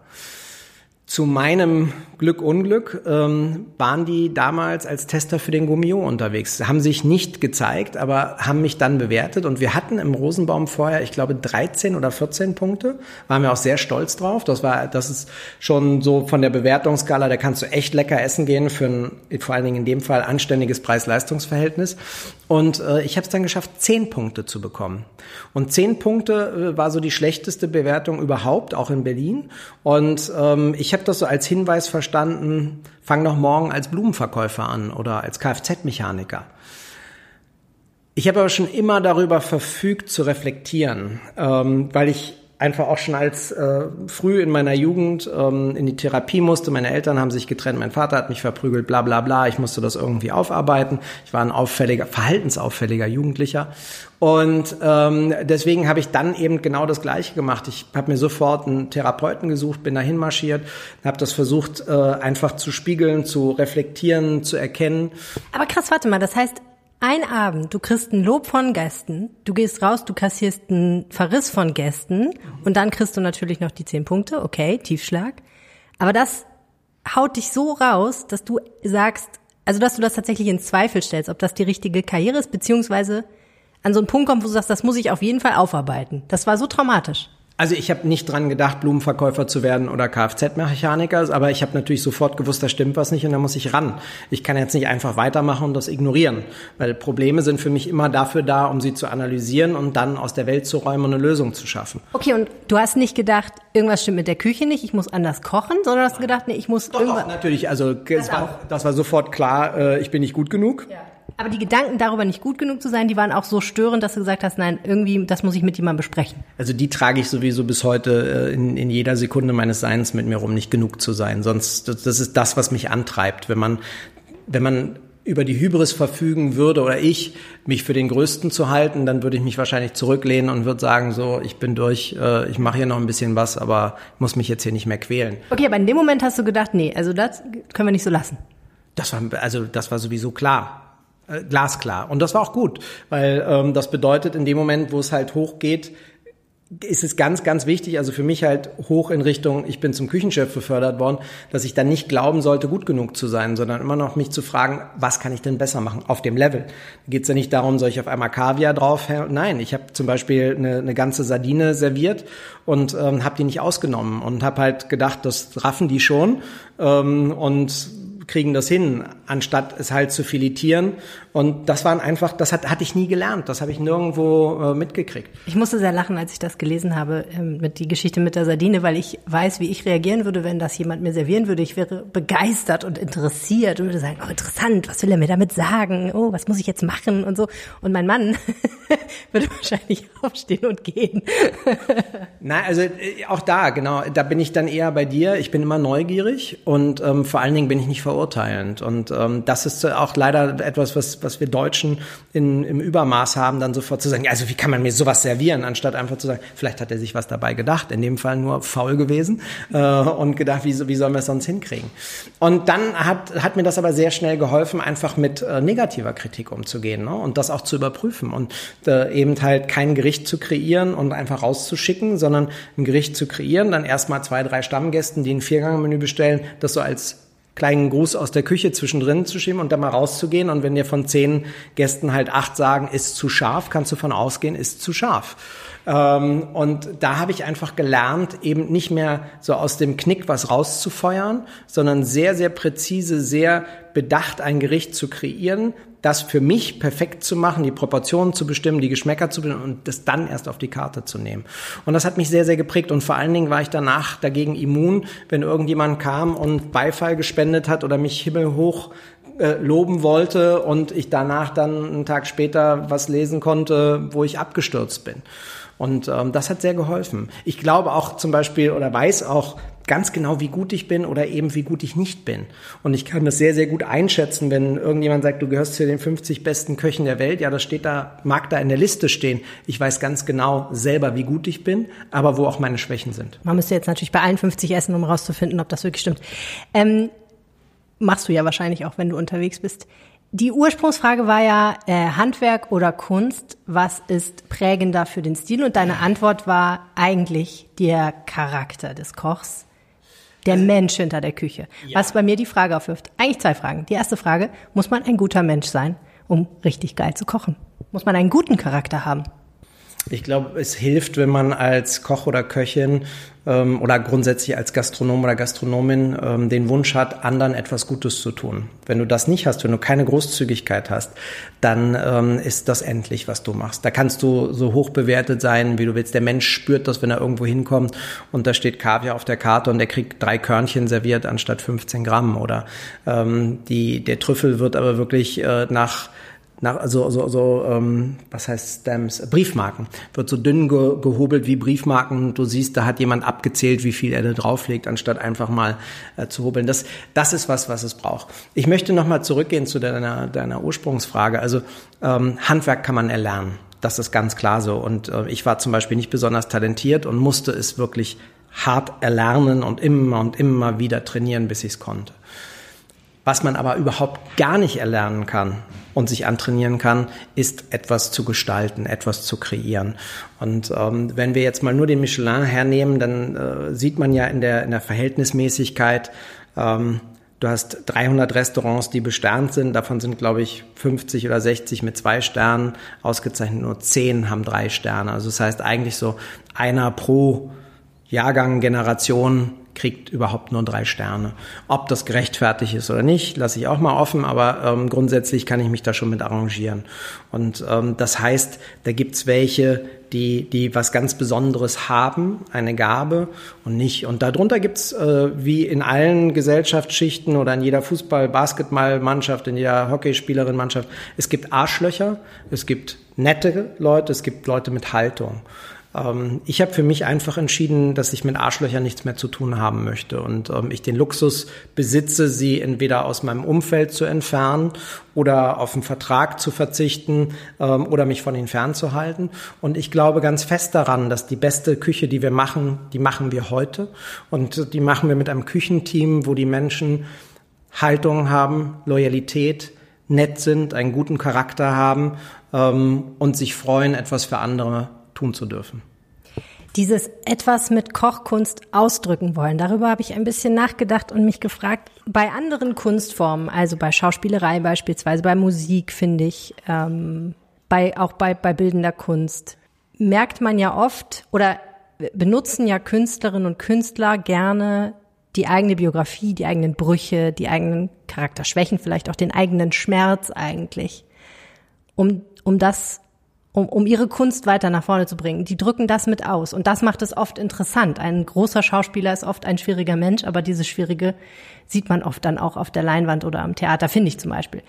Zu meinem Glück, Unglück ähm, waren die damals als Tester für den Gourmillon unterwegs. Haben sich nicht gezeigt, aber haben mich dann bewertet. Und wir hatten im Rosenbaum vorher, ich glaube, dreizehn oder vierzehn Punkte. Waren wir auch sehr stolz drauf. Das war, das ist schon so von der Bewertungsskala, da kannst du echt lecker essen gehen für ein, vor allen Dingen in dem Fall, anständiges Preis-Leistungs-Verhältnis. Und äh, ich habe es dann geschafft, zehn Punkte zu bekommen. Und zehn Punkte äh, war so die schlechteste Bewertung überhaupt, auch in Berlin. Und ähm, ich habe das so als Hinweis verstanden, fang doch morgen als Blumenverkäufer an oder als Kfz-Mechaniker. Ich habe aber schon immer darüber verfügt zu reflektieren, ähm, weil ich einfach auch schon als äh, früh in meiner Jugend ähm, in die Therapie musste. Meine Eltern haben sich getrennt, mein Vater hat mich verprügelt, bla bla bla. Ich musste das irgendwie aufarbeiten. Ich war ein auffälliger, verhaltensauffälliger Jugendlicher. Und ähm, deswegen habe ich dann eben genau das Gleiche gemacht. Ich habe mir sofort einen Therapeuten gesucht, bin dahin marschiert, habe das versucht äh, einfach zu spiegeln, zu reflektieren, zu erkennen. Aber krass, warte mal, das heißt, ein Abend, du kriegst ein Lob von Gästen, du gehst raus, du kassierst einen Verriss von Gästen und dann kriegst du natürlich noch die zehn Punkte, okay, Tiefschlag. Aber das haut dich so raus, dass du sagst, also dass du das tatsächlich in Zweifel stellst, ob das die richtige Karriere ist, beziehungsweise an so einen Punkt kommt, wo du sagst, das muss ich auf jeden Fall aufarbeiten. Das war so traumatisch. Also ich habe nicht dran gedacht, Blumenverkäufer zu werden oder Kfz-Mechaniker, aber ich habe natürlich sofort gewusst, da stimmt was nicht und da muss ich ran. Ich kann jetzt nicht einfach weitermachen und das ignorieren, weil Probleme sind für mich immer dafür da, um sie zu analysieren und dann aus der Welt zu räumen und eine Lösung zu schaffen. Okay, und du hast nicht gedacht, irgendwas stimmt mit der Küche nicht, ich muss anders kochen, sondern hast gedacht, nee, ich muss doch, irgendwas... Doch, natürlich, also das war, das war sofort klar, äh, ich bin nicht gut genug. Ja. Aber die Gedanken darüber, nicht gut genug zu sein, die waren auch so störend, dass du gesagt hast, nein, irgendwie, das muss ich mit jemandem besprechen. Also die trage ich sowieso bis heute in, in jeder Sekunde meines Seins mit mir rum, nicht genug zu sein. Sonst, das, das ist das, was mich antreibt. Wenn man, wenn man über die Hybris verfügen würde oder ich, mich für den Größten zu halten, dann würde ich mich wahrscheinlich zurücklehnen und würde sagen, so, ich bin durch, äh, ich mache hier noch ein bisschen was, aber ich muss mich jetzt hier nicht mehr quälen. Okay, aber in dem Moment hast du gedacht, nee, also das können wir nicht so lassen. Das war, also das war sowieso klar. Glasklar. Und das war auch gut, weil ähm, das bedeutet, in dem Moment, wo es halt hochgeht, ist es ganz, ganz wichtig, also für mich halt hoch in Richtung, ich bin zum Küchenchef befördert worden, dass ich dann nicht glauben sollte, gut genug zu sein, sondern immer noch mich zu fragen, was kann ich denn besser machen auf dem Level? Da geht es ja nicht darum, soll ich auf einmal Kaviar drauf? Nein, ich habe zum Beispiel eine, eine ganze Sardine serviert und ähm, habe die nicht ausgenommen und habe halt gedacht, das raffen die schon ähm, und kriegen das hin, anstatt es halt zu filetieren. Und das waren einfach, das hat, hatte ich nie gelernt. Das habe ich nirgendwo äh, mitgekriegt. Ich musste sehr lachen, als ich das gelesen habe, ähm, mit die Geschichte mit der Sardine, weil ich weiß, wie ich reagieren würde, wenn das jemand mir servieren würde. Ich wäre begeistert und interessiert und würde sagen, oh, interessant, was will er mir damit sagen? Oh, was muss ich jetzt machen? Und so. Und mein Mann würde wahrscheinlich aufstehen und gehen. Nein, also auch da, genau, da bin ich dann eher bei dir. Ich bin immer neugierig und ähm, vor allen Dingen bin ich nicht verurteilt. verurteilend. Und ähm, das ist auch leider etwas, was was wir Deutschen in, im Übermaß haben, dann sofort zu sagen, ja, also wie kann man mir sowas servieren, anstatt einfach zu sagen, vielleicht hat er sich was dabei gedacht, in dem Fall nur faul gewesen äh, und gedacht, wie, wie sollen wir es sonst hinkriegen? Und dann hat hat mir das aber sehr schnell geholfen, einfach mit äh, negativer Kritik umzugehen, ne? Und das auch zu überprüfen und äh, eben halt kein Gericht zu kreieren und einfach rauszuschicken, sondern ein Gericht zu kreieren, dann erstmal zwei, drei Stammgästen, die ein Viergangmenü bestellen, das so als kleinen Gruß aus der Küche zwischendrin zu schieben und dann mal rauszugehen. Und wenn dir von zehn Gästen halt acht sagen, ist zu scharf, kannst du von ausgehen, ist zu scharf. Ähm, und da habe ich einfach gelernt, eben nicht mehr so aus dem Knick was rauszufeuern, sondern sehr, sehr präzise, sehr bedacht ein Gericht zu kreieren, das für mich perfekt zu machen, die Proportionen zu bestimmen, die Geschmäcker zu bestimmen und das dann erst auf die Karte zu nehmen. Und das hat mich sehr, sehr geprägt. Und vor allen Dingen war ich danach dagegen immun, wenn irgendjemand kam und Beifall gespendet hat oder mich himmelhoch äh, loben wollte und ich danach dann einen Tag später was lesen konnte, wo ich abgestürzt bin. Und ähm, das hat sehr geholfen. Ich glaube auch zum Beispiel oder weiß auch ganz genau, wie gut ich bin oder eben wie gut ich nicht bin. Und ich kann das sehr, sehr gut einschätzen, wenn irgendjemand sagt, du gehörst zu den fünfzig besten Köchen der Welt. Ja, das steht da, mag da in der Liste stehen. Ich weiß ganz genau selber, wie gut ich bin, aber wo auch meine Schwächen sind. Man müsste jetzt natürlich bei allen fünfzig essen, um rauszufinden, ob das wirklich stimmt. Ähm, machst du ja wahrscheinlich auch, wenn du unterwegs bist. Die Ursprungsfrage war ja äh, Handwerk oder Kunst, was ist prägender für den Stil? Und deine Antwort war eigentlich der Charakter des Kochs, der Mensch hinter der Küche. Ja. Was bei mir die Frage aufwirft, eigentlich zwei Fragen. Die erste Frage, muss man ein guter Mensch sein, um richtig geil zu kochen? Muss man einen guten Charakter haben? Ich glaube, es hilft, wenn man als Koch oder Köchin ähm, oder grundsätzlich als Gastronom oder Gastronomin ähm, den Wunsch hat, anderen etwas Gutes zu tun. Wenn du das nicht hast, wenn du keine Großzügigkeit hast, dann ähm, ist das endlich, was du machst. Da kannst du so hoch bewertet sein, wie du willst. Der Mensch spürt das, wenn er irgendwo hinkommt und da steht Kaviar auf der Karte und der kriegt drei Körnchen serviert anstatt fünfzehn Gramm. Oder ähm, die, der Trüffel wird aber wirklich äh, nach Nach, also, so, so, ähm, was heißt Stamps? Briefmarken. Wird so dünn ge, gehobelt wie Briefmarken. Du siehst, da hat jemand abgezählt, wie viel er da drauflegt, anstatt einfach mal äh, zu hobeln. Das, das ist was, was es braucht. Ich möchte nochmal zurückgehen zu deiner, deiner Ursprungsfrage. Also, ähm, Handwerk kann man erlernen. Das ist ganz klar so. Und äh, ich war zum Beispiel nicht besonders talentiert und musste es wirklich hart erlernen und immer und immer wieder trainieren, bis ich es konnte. Was man aber überhaupt gar nicht erlernen kann und sich antrainieren kann, ist etwas zu gestalten, etwas zu kreieren. Und ähm, wenn wir jetzt mal nur den Michelin hernehmen, dann äh, sieht man ja in der, in der Verhältnismäßigkeit, ähm, du hast dreihundert Restaurants, die besternt sind. Davon sind, glaube ich, fünfzig oder sechzig mit zwei Sternen ausgezeichnet. Nur zehn haben drei Sterne. Also das heißt eigentlich so einer pro Jahrgang, Generation kriegt überhaupt nur drei Sterne. Ob das gerechtfertigt ist oder nicht, lasse ich auch mal offen, aber ähm, grundsätzlich kann ich mich da schon mit arrangieren. Und ähm, das heißt, da gibt's welche, die die was ganz Besonderes haben, eine Gabe und nicht. Und darunter gibt's äh, wie in allen Gesellschaftsschichten oder in jeder Fußball-, Basketball-Mannschaft, in jeder Hockeyspielerin-Mannschaft, es gibt Arschlöcher, es gibt nette Leute, es gibt Leute mit Haltung. Ich habe für mich einfach entschieden, dass ich mit Arschlöchern nichts mehr zu tun haben möchte und ähm, ich den Luxus besitze, sie entweder aus meinem Umfeld zu entfernen oder auf einen Vertrag zu verzichten ähm, oder mich von ihnen fernzuhalten. Und ich glaube ganz fest daran, dass die beste Küche, die wir machen, die machen wir heute und die machen wir mit einem Küchenteam, wo die Menschen Haltung haben, Loyalität, nett sind, einen guten Charakter haben ähm, und sich freuen, etwas für andere tun zu dürfen. Dieses etwas mit Kochkunst ausdrücken wollen, darüber habe ich ein bisschen nachgedacht und mich gefragt, bei anderen Kunstformen, also bei Schauspielerei beispielsweise, bei Musik, finde ich, ähm, bei, auch bei, bei bildender Kunst, merkt man ja oft oder benutzen ja Künstlerinnen und Künstler gerne die eigene Biografie, die eigenen Brüche, die eigenen Charakterschwächen, vielleicht auch den eigenen Schmerz eigentlich, um, um das Um, um ihre Kunst weiter nach vorne zu bringen. Die drücken das mit aus. Und das macht es oft interessant. Ein großer Schauspieler ist oft ein schwieriger Mensch, aber dieses Schwierige sieht man oft dann auch auf der Leinwand oder am Theater, finde ich zum Beispiel.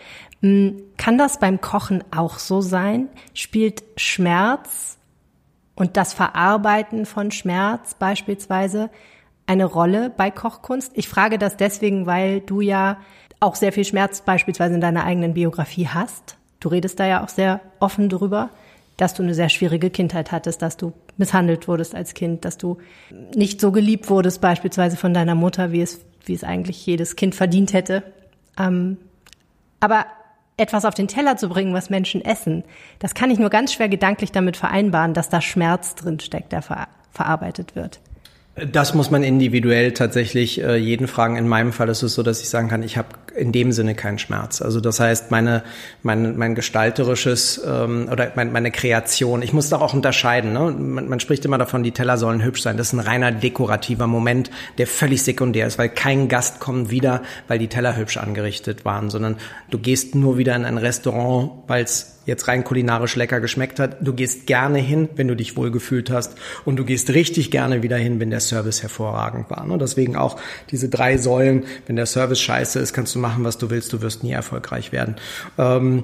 Kann das beim Kochen auch so sein? Spielt Schmerz und das Verarbeiten von Schmerz beispielsweise eine Rolle bei Kochkunst? Ich frage das deswegen, weil du ja auch sehr viel Schmerz beispielsweise in deiner eigenen Biografie hast. Du redest da ja auch sehr offen drüber, dass du eine sehr schwierige Kindheit hattest, dass du misshandelt wurdest als Kind, dass du nicht so geliebt wurdest beispielsweise von deiner Mutter, wie es, wie es eigentlich jedes Kind verdient hätte. Ähm, aber etwas auf den Teller zu bringen, was Menschen essen, das kann ich nur ganz schwer gedanklich damit vereinbaren, dass da Schmerz drin steckt, der ver- verarbeitet wird. Das muss man individuell tatsächlich äh, jeden fragen. In meinem Fall ist es so, dass ich sagen kann, ich habe in dem Sinne keinen Schmerz. Also das heißt, meine mein mein gestalterisches ähm, oder mein, meine Kreation, ich muss da auch unterscheiden. Ne? Man, man spricht immer davon, die Teller sollen hübsch sein. Das ist ein reiner dekorativer Moment, der völlig sekundär ist, weil kein Gast kommt wieder, weil die Teller hübsch angerichtet waren, sondern du gehst nur wieder in ein Restaurant, weil es jetzt rein kulinarisch lecker geschmeckt hat. Du gehst gerne hin, wenn du dich wohlgefühlt hast, und du gehst richtig gerne wieder hin, wenn der Service hervorragend war. Und deswegen auch diese drei Säulen: Wenn der Service scheiße ist, kannst du machen, was du willst, du wirst nie erfolgreich werden. Ähm,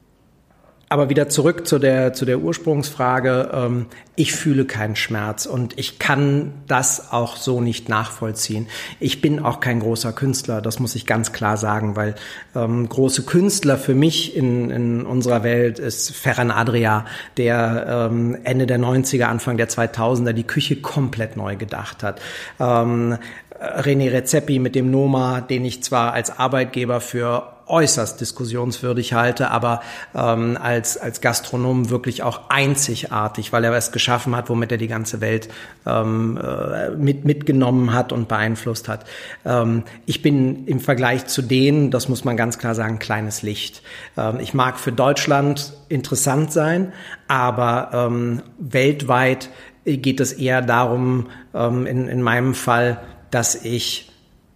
aber wieder zurück zu der zu der Ursprungsfrage. Ähm, ich fühle keinen Schmerz und ich kann das auch so nicht nachvollziehen. Ich bin auch kein großer Künstler, das muss ich ganz klar sagen, weil ähm, große Künstler für mich in in unserer Welt ist Ferran Adrià, der ähm, Ende der neunziger, Anfang der zweitausender die Küche komplett neu gedacht hat. Ähm, René Redzepi mit dem Noma, den ich zwar als Arbeitgeber für äußerst diskussionswürdig halte, aber ähm, als als Gastronom wirklich auch einzigartig, weil er was geschaffen hat, womit er die ganze Welt ähm, äh, mit mitgenommen hat und beeinflusst hat. Ähm, ich bin im Vergleich zu denen, das muss man ganz klar sagen, kleines Licht. Ähm, ich mag für Deutschland interessant sein, aber ähm, weltweit geht es eher darum, ähm, in in meinem Fall, dass ich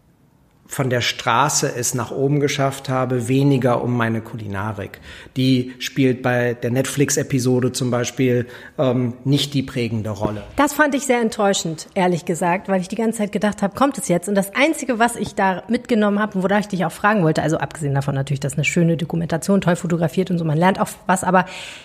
von der Straße es nach oben geschafft habe, weniger um meine Kulinarik. Die spielt bei der Netflix-Episode zum Beispiel ähm, nicht die prägende Rolle. Das fand ich sehr enttäuschend, ehrlich gesagt, weil ich die ganze Zeit gedacht habe, kommt es jetzt? Und das Einzige, was ich da mitgenommen habe und wonach ich dich auch fragen wollte, also abgesehen davon natürlich, dass eine schöne Dokumentation, toll fotografiert und so, man lernt auch was, aber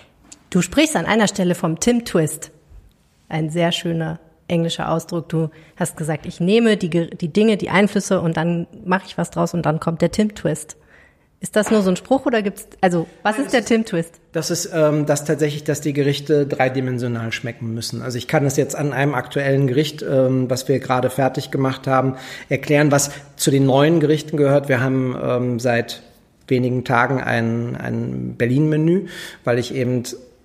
du sprichst an einer Stelle vom Tim Twist. Ein sehr schöner englischer Ausdruck. Du hast gesagt, ich nehme die, die Dinge, die Einflüsse und dann mache ich was draus und dann kommt der Tim Twist. Ist das nur so ein Spruch oder gibt's, also was ist der Tim Twist? Das ist ähm, das tatsächlich, dass die Gerichte dreidimensional schmecken müssen. Also ich kann es jetzt an einem aktuellen Gericht, ähm, was wir gerade fertig gemacht haben, erklären, was zu den neuen Gerichten gehört. Wir haben ähm, seit wenigen Tagen ein, ein Berlin-Menü, weil ich eben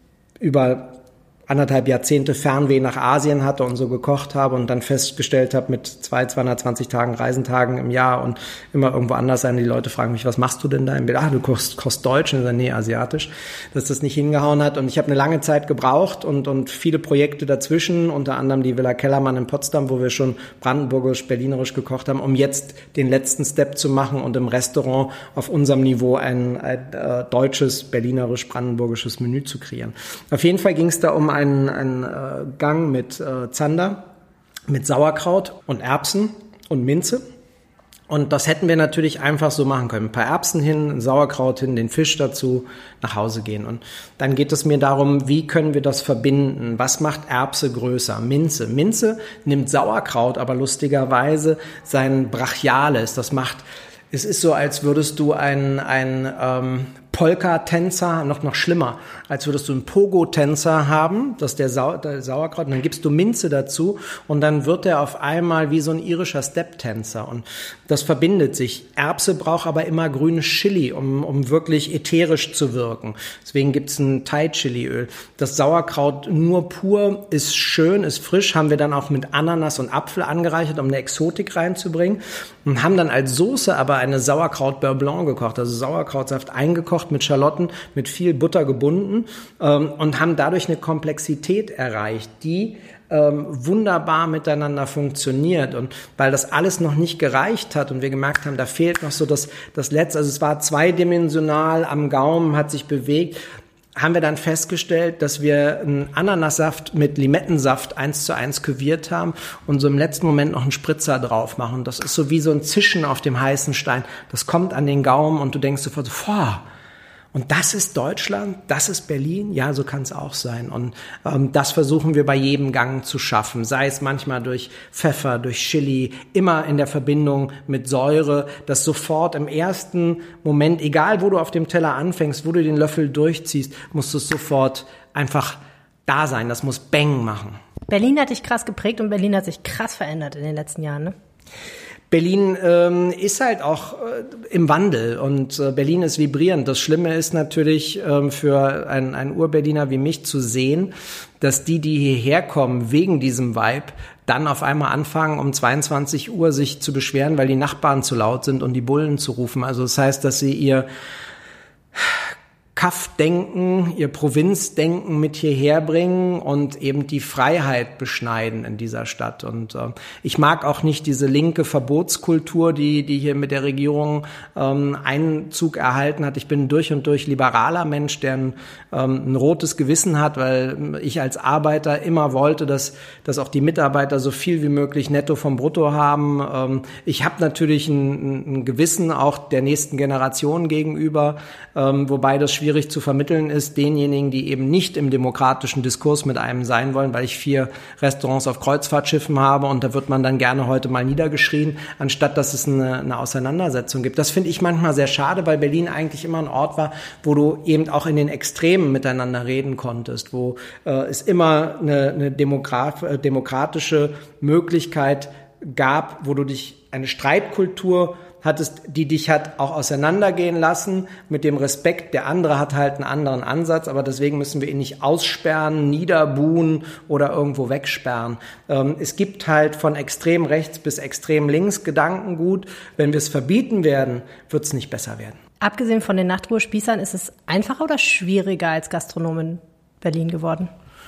über anderthalb Jahrzehnte Fernweh nach Asien hatte und so gekocht habe und dann festgestellt habe, mit zwei, zweihundertzwanzig Tagen Reisentagen im Jahr und immer irgendwo anders sein, die Leute fragen mich, was machst du denn da im Bild? Ah, du kochst, kochst Deutsch, und ich sage, nee, asiatisch, dass das nicht hingehauen hat. Und ich habe eine lange Zeit gebraucht und und viele Projekte dazwischen, unter anderem die Villa Kellermann in Potsdam, wo wir schon brandenburgisch, berlinerisch gekocht haben, um jetzt den letzten Step zu machen und im Restaurant auf unserem Niveau ein, ein äh, deutsches, berlinerisch, brandenburgisches Menü zu kreieren. Auf jeden Fall ging es da um ein Ein, ein äh, Gang mit äh, Zander, mit Sauerkraut und Erbsen und Minze. Und das hätten wir natürlich einfach so machen können. Ein paar Erbsen hin, ein Sauerkraut hin, den Fisch dazu, nach Hause gehen. Und dann geht es mir darum, wie können wir das verbinden? Was macht Erbse größer? Minze. Minze nimmt Sauerkraut, aber lustigerweise sein Brachiales. Das macht, es ist so, als würdest du ein, ein ähm, Polka-Tänzer, noch noch schlimmer, als würdest du einen Pogo-Tänzer haben, das ist der, Sau, der Sauerkraut, und dann gibst du Minze dazu und dann wird er auf einmal wie so ein irischer Step-Tänzer und das verbindet sich. Erbse braucht aber immer grünes Chili, um um wirklich ätherisch zu wirken. Deswegen gibt's ein Thai-Chili-Öl. Das Sauerkraut nur pur ist schön, ist frisch, haben wir dann auch mit Ananas und Apfel angereichert, um eine Exotik reinzubringen und haben dann als Soße aber eine Sauerkraut-Beurre Blanc gekocht, also Sauerkrautsaft eingekocht, mit Schalotten, mit viel Butter gebunden ähm, und haben dadurch eine Komplexität erreicht, die ähm, wunderbar miteinander funktioniert. Und weil das alles noch nicht gereicht hat und wir gemerkt haben, da fehlt noch so das, das Letzte, also es war zweidimensional am Gaumen, hat sich bewegt, haben wir dann festgestellt, dass wir einen Ananassaft mit Limettensaft eins zu eins küviert haben und so im letzten Moment noch einen Spritzer drauf machen. Das ist so wie so ein Zischen auf dem heißen Stein. Das kommt an den Gaumen und du denkst sofort so, boah. Und das ist Deutschland, das ist Berlin, ja, so kann es auch sein. Und ähm, das versuchen wir bei jedem Gang zu schaffen, sei es manchmal durch Pfeffer, durch Chili, immer in der Verbindung mit Säure, dass sofort im ersten Moment, egal wo du auf dem Teller anfängst, wo du den Löffel durchziehst, musst du es sofort einfach da sein, das muss Bang machen. Berlin hat dich krass geprägt und Berlin hat sich krass verändert in den letzten Jahren, ne? Berlin ähm, ist halt auch äh, im Wandel und äh, Berlin ist vibrierend. Das Schlimme ist natürlich ähm, für ein, ein Ur-Berliner wie mich zu sehen, dass die, die hierher kommen wegen diesem Vibe, dann auf einmal anfangen, um zweiundzwanzig Uhr sich zu beschweren, weil die Nachbarn zu laut sind und die Bullen zu rufen. Also das heißt, dass sie ihr Kaff-Denken, ihr Provinzdenken mit hierher bringen und eben die Freiheit beschneiden in dieser Stadt. Und äh, ich mag auch nicht diese linke Verbotskultur, die die hier mit der Regierung ähm, Einzug erhalten hat. Ich bin ein durch und durch liberaler Mensch, der ein, ähm, ein rotes Gewissen hat, weil ich als Arbeiter immer wollte, dass dass auch die Mitarbeiter so viel wie möglich netto vom Brutto haben. Ähm, ich habe natürlich ein, ein Gewissen auch der nächsten Generation gegenüber, ähm, wobei das schwierig zu vermitteln ist, denjenigen, die eben nicht im demokratischen Diskurs mit einem sein wollen, weil ich vier Restaurants auf Kreuzfahrtschiffen habe und da wird man dann gerne heute mal niedergeschrien, anstatt dass es eine, eine Auseinandersetzung gibt. Das finde ich manchmal sehr schade, weil Berlin eigentlich immer ein Ort war, wo du eben auch in den Extremen miteinander reden konntest, wo äh, es immer eine, eine Demokrat, äh, demokratische Möglichkeit gab, wo du dich eine Streitkultur hattest, die dich hat auch auseinandergehen lassen mit dem Respekt. Der andere hat halt einen anderen Ansatz, aber deswegen müssen wir ihn nicht aussperren, niederbuhen oder irgendwo wegsperren. Ähm, es gibt halt von extrem rechts bis extrem links Gedankengut. Wenn wir es verbieten werden, wird es nicht besser werden. Abgesehen von den Nachtruhespießern, ist es einfacher oder schwieriger als Gastronom in Berlin geworden?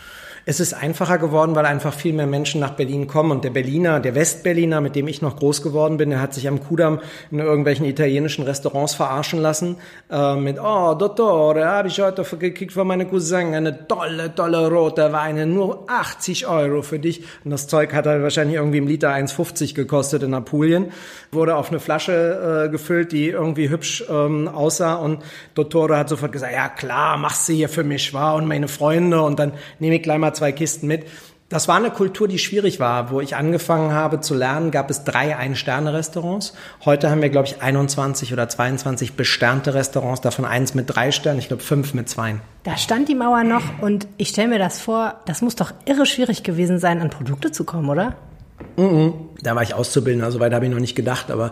Es ist einfacher geworden, weil einfach viel mehr Menschen nach Berlin kommen. Und der Berliner, der Westberliner, mit dem ich noch groß geworden bin, der hat sich am Kudamm in irgendwelchen italienischen Restaurants verarschen lassen. Äh, mit, oh, Dottore, habe ich heute gekriegt von meinem Cousin eine tolle, tolle rote Weine, nur achtzig Euro für dich. Und das Zeug hat halt wahrscheinlich irgendwie im Liter eins fünfzig gekostet in Apulien. Wurde auf eine Flasche äh, gefüllt, die irgendwie hübsch ähm, aussah. Und Dottore hat sofort gesagt, ja klar, machst du hier für mich, wa? Und meine Freunde. Und dann nehme ich gleich mal zwei Kisten mit. Das war eine Kultur, die schwierig war. Wo ich angefangen habe zu lernen, gab es drei Ein-Sterne-Restaurants. Heute haben wir, glaube ich, einundzwanzig oder zweiundzwanzig besternte Restaurants, davon eins mit drei Sternen, ich glaube fünf mit zwei. Da stand die Mauer noch und ich stelle mir das vor, das muss doch irre schwierig gewesen sein, an Produkte zu kommen, oder? Mhm. Da war ich Auszubildender, so weit habe ich noch nicht gedacht, aber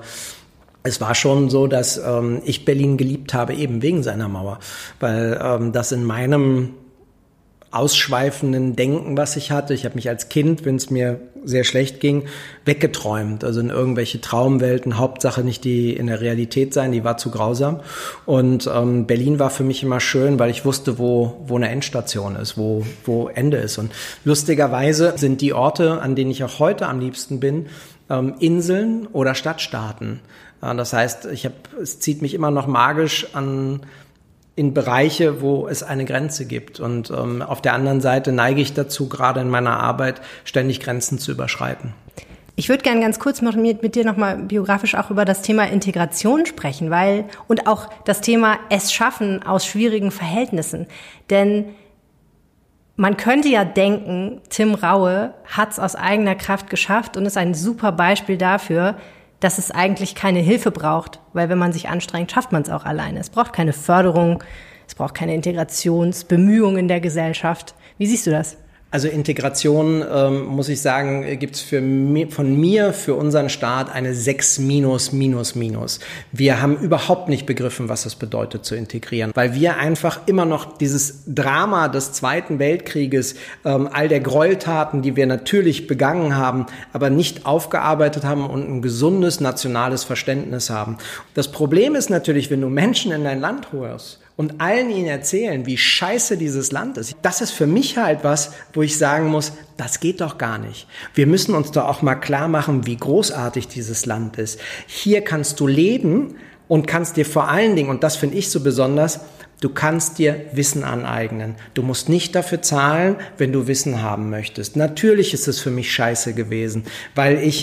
es war schon so, dass ähm, ich Berlin geliebt habe, eben wegen seiner Mauer, weil ähm, das in meinem ausschweifenden Denken, was ich hatte. Ich habe mich als Kind, wenn es mir sehr schlecht ging, weggeträumt. Also in irgendwelche Traumwelten, Hauptsache nicht die in der Realität sein, die war zu grausam. Und ähm, Berlin war für mich immer schön, weil ich wusste, wo wo eine Endstation ist, wo wo Ende ist. Und lustigerweise sind die Orte, an denen ich auch heute am liebsten bin, ähm, Inseln oder Stadtstaaten. Äh, das heißt, ich habe, es zieht mich immer noch magisch an in Bereiche, wo es eine Grenze gibt. Und ähm, auf der anderen Seite neige ich dazu, gerade in meiner Arbeit, ständig Grenzen zu überschreiten. Ich würde gerne ganz kurz mit, mit dir nochmal biografisch auch über das Thema Integration sprechen, weil und auch das Thema es schaffen aus schwierigen Verhältnissen. Denn man könnte ja denken, Tim Raue hat es aus eigener Kraft geschafft und ist ein super Beispiel dafür, dass es eigentlich keine Hilfe braucht, weil wenn man sich anstrengt, schafft man es auch alleine. Es braucht keine Förderung, es braucht keine Integrationsbemühungen in der Gesellschaft. Wie siehst du das? Also Integration, ähm, muss ich sagen, gibt es für mi- von mir, für unseren Staat eine sechs minus, minus, minus. Wir haben überhaupt nicht begriffen, was es bedeutet zu integrieren, weil wir einfach immer noch dieses Drama des Zweiten Weltkrieges, ähm, all der Gräueltaten, die wir natürlich begangen haben, aber nicht aufgearbeitet haben und ein gesundes nationales Verständnis haben. Das Problem ist natürlich, wenn du Menschen in dein Land holst und allen ihnen erzählen, wie scheiße dieses Land ist. Das ist für mich halt was, wo ich sagen muss, das geht doch gar nicht. Wir müssen uns doch auch mal klar machen, wie großartig dieses Land ist. Hier kannst du leben und kannst dir vor allen Dingen, und das finde ich so besonders, du kannst dir Wissen aneignen. Du musst nicht dafür zahlen, wenn du Wissen haben möchtest. Natürlich ist es für mich scheiße gewesen, weil ich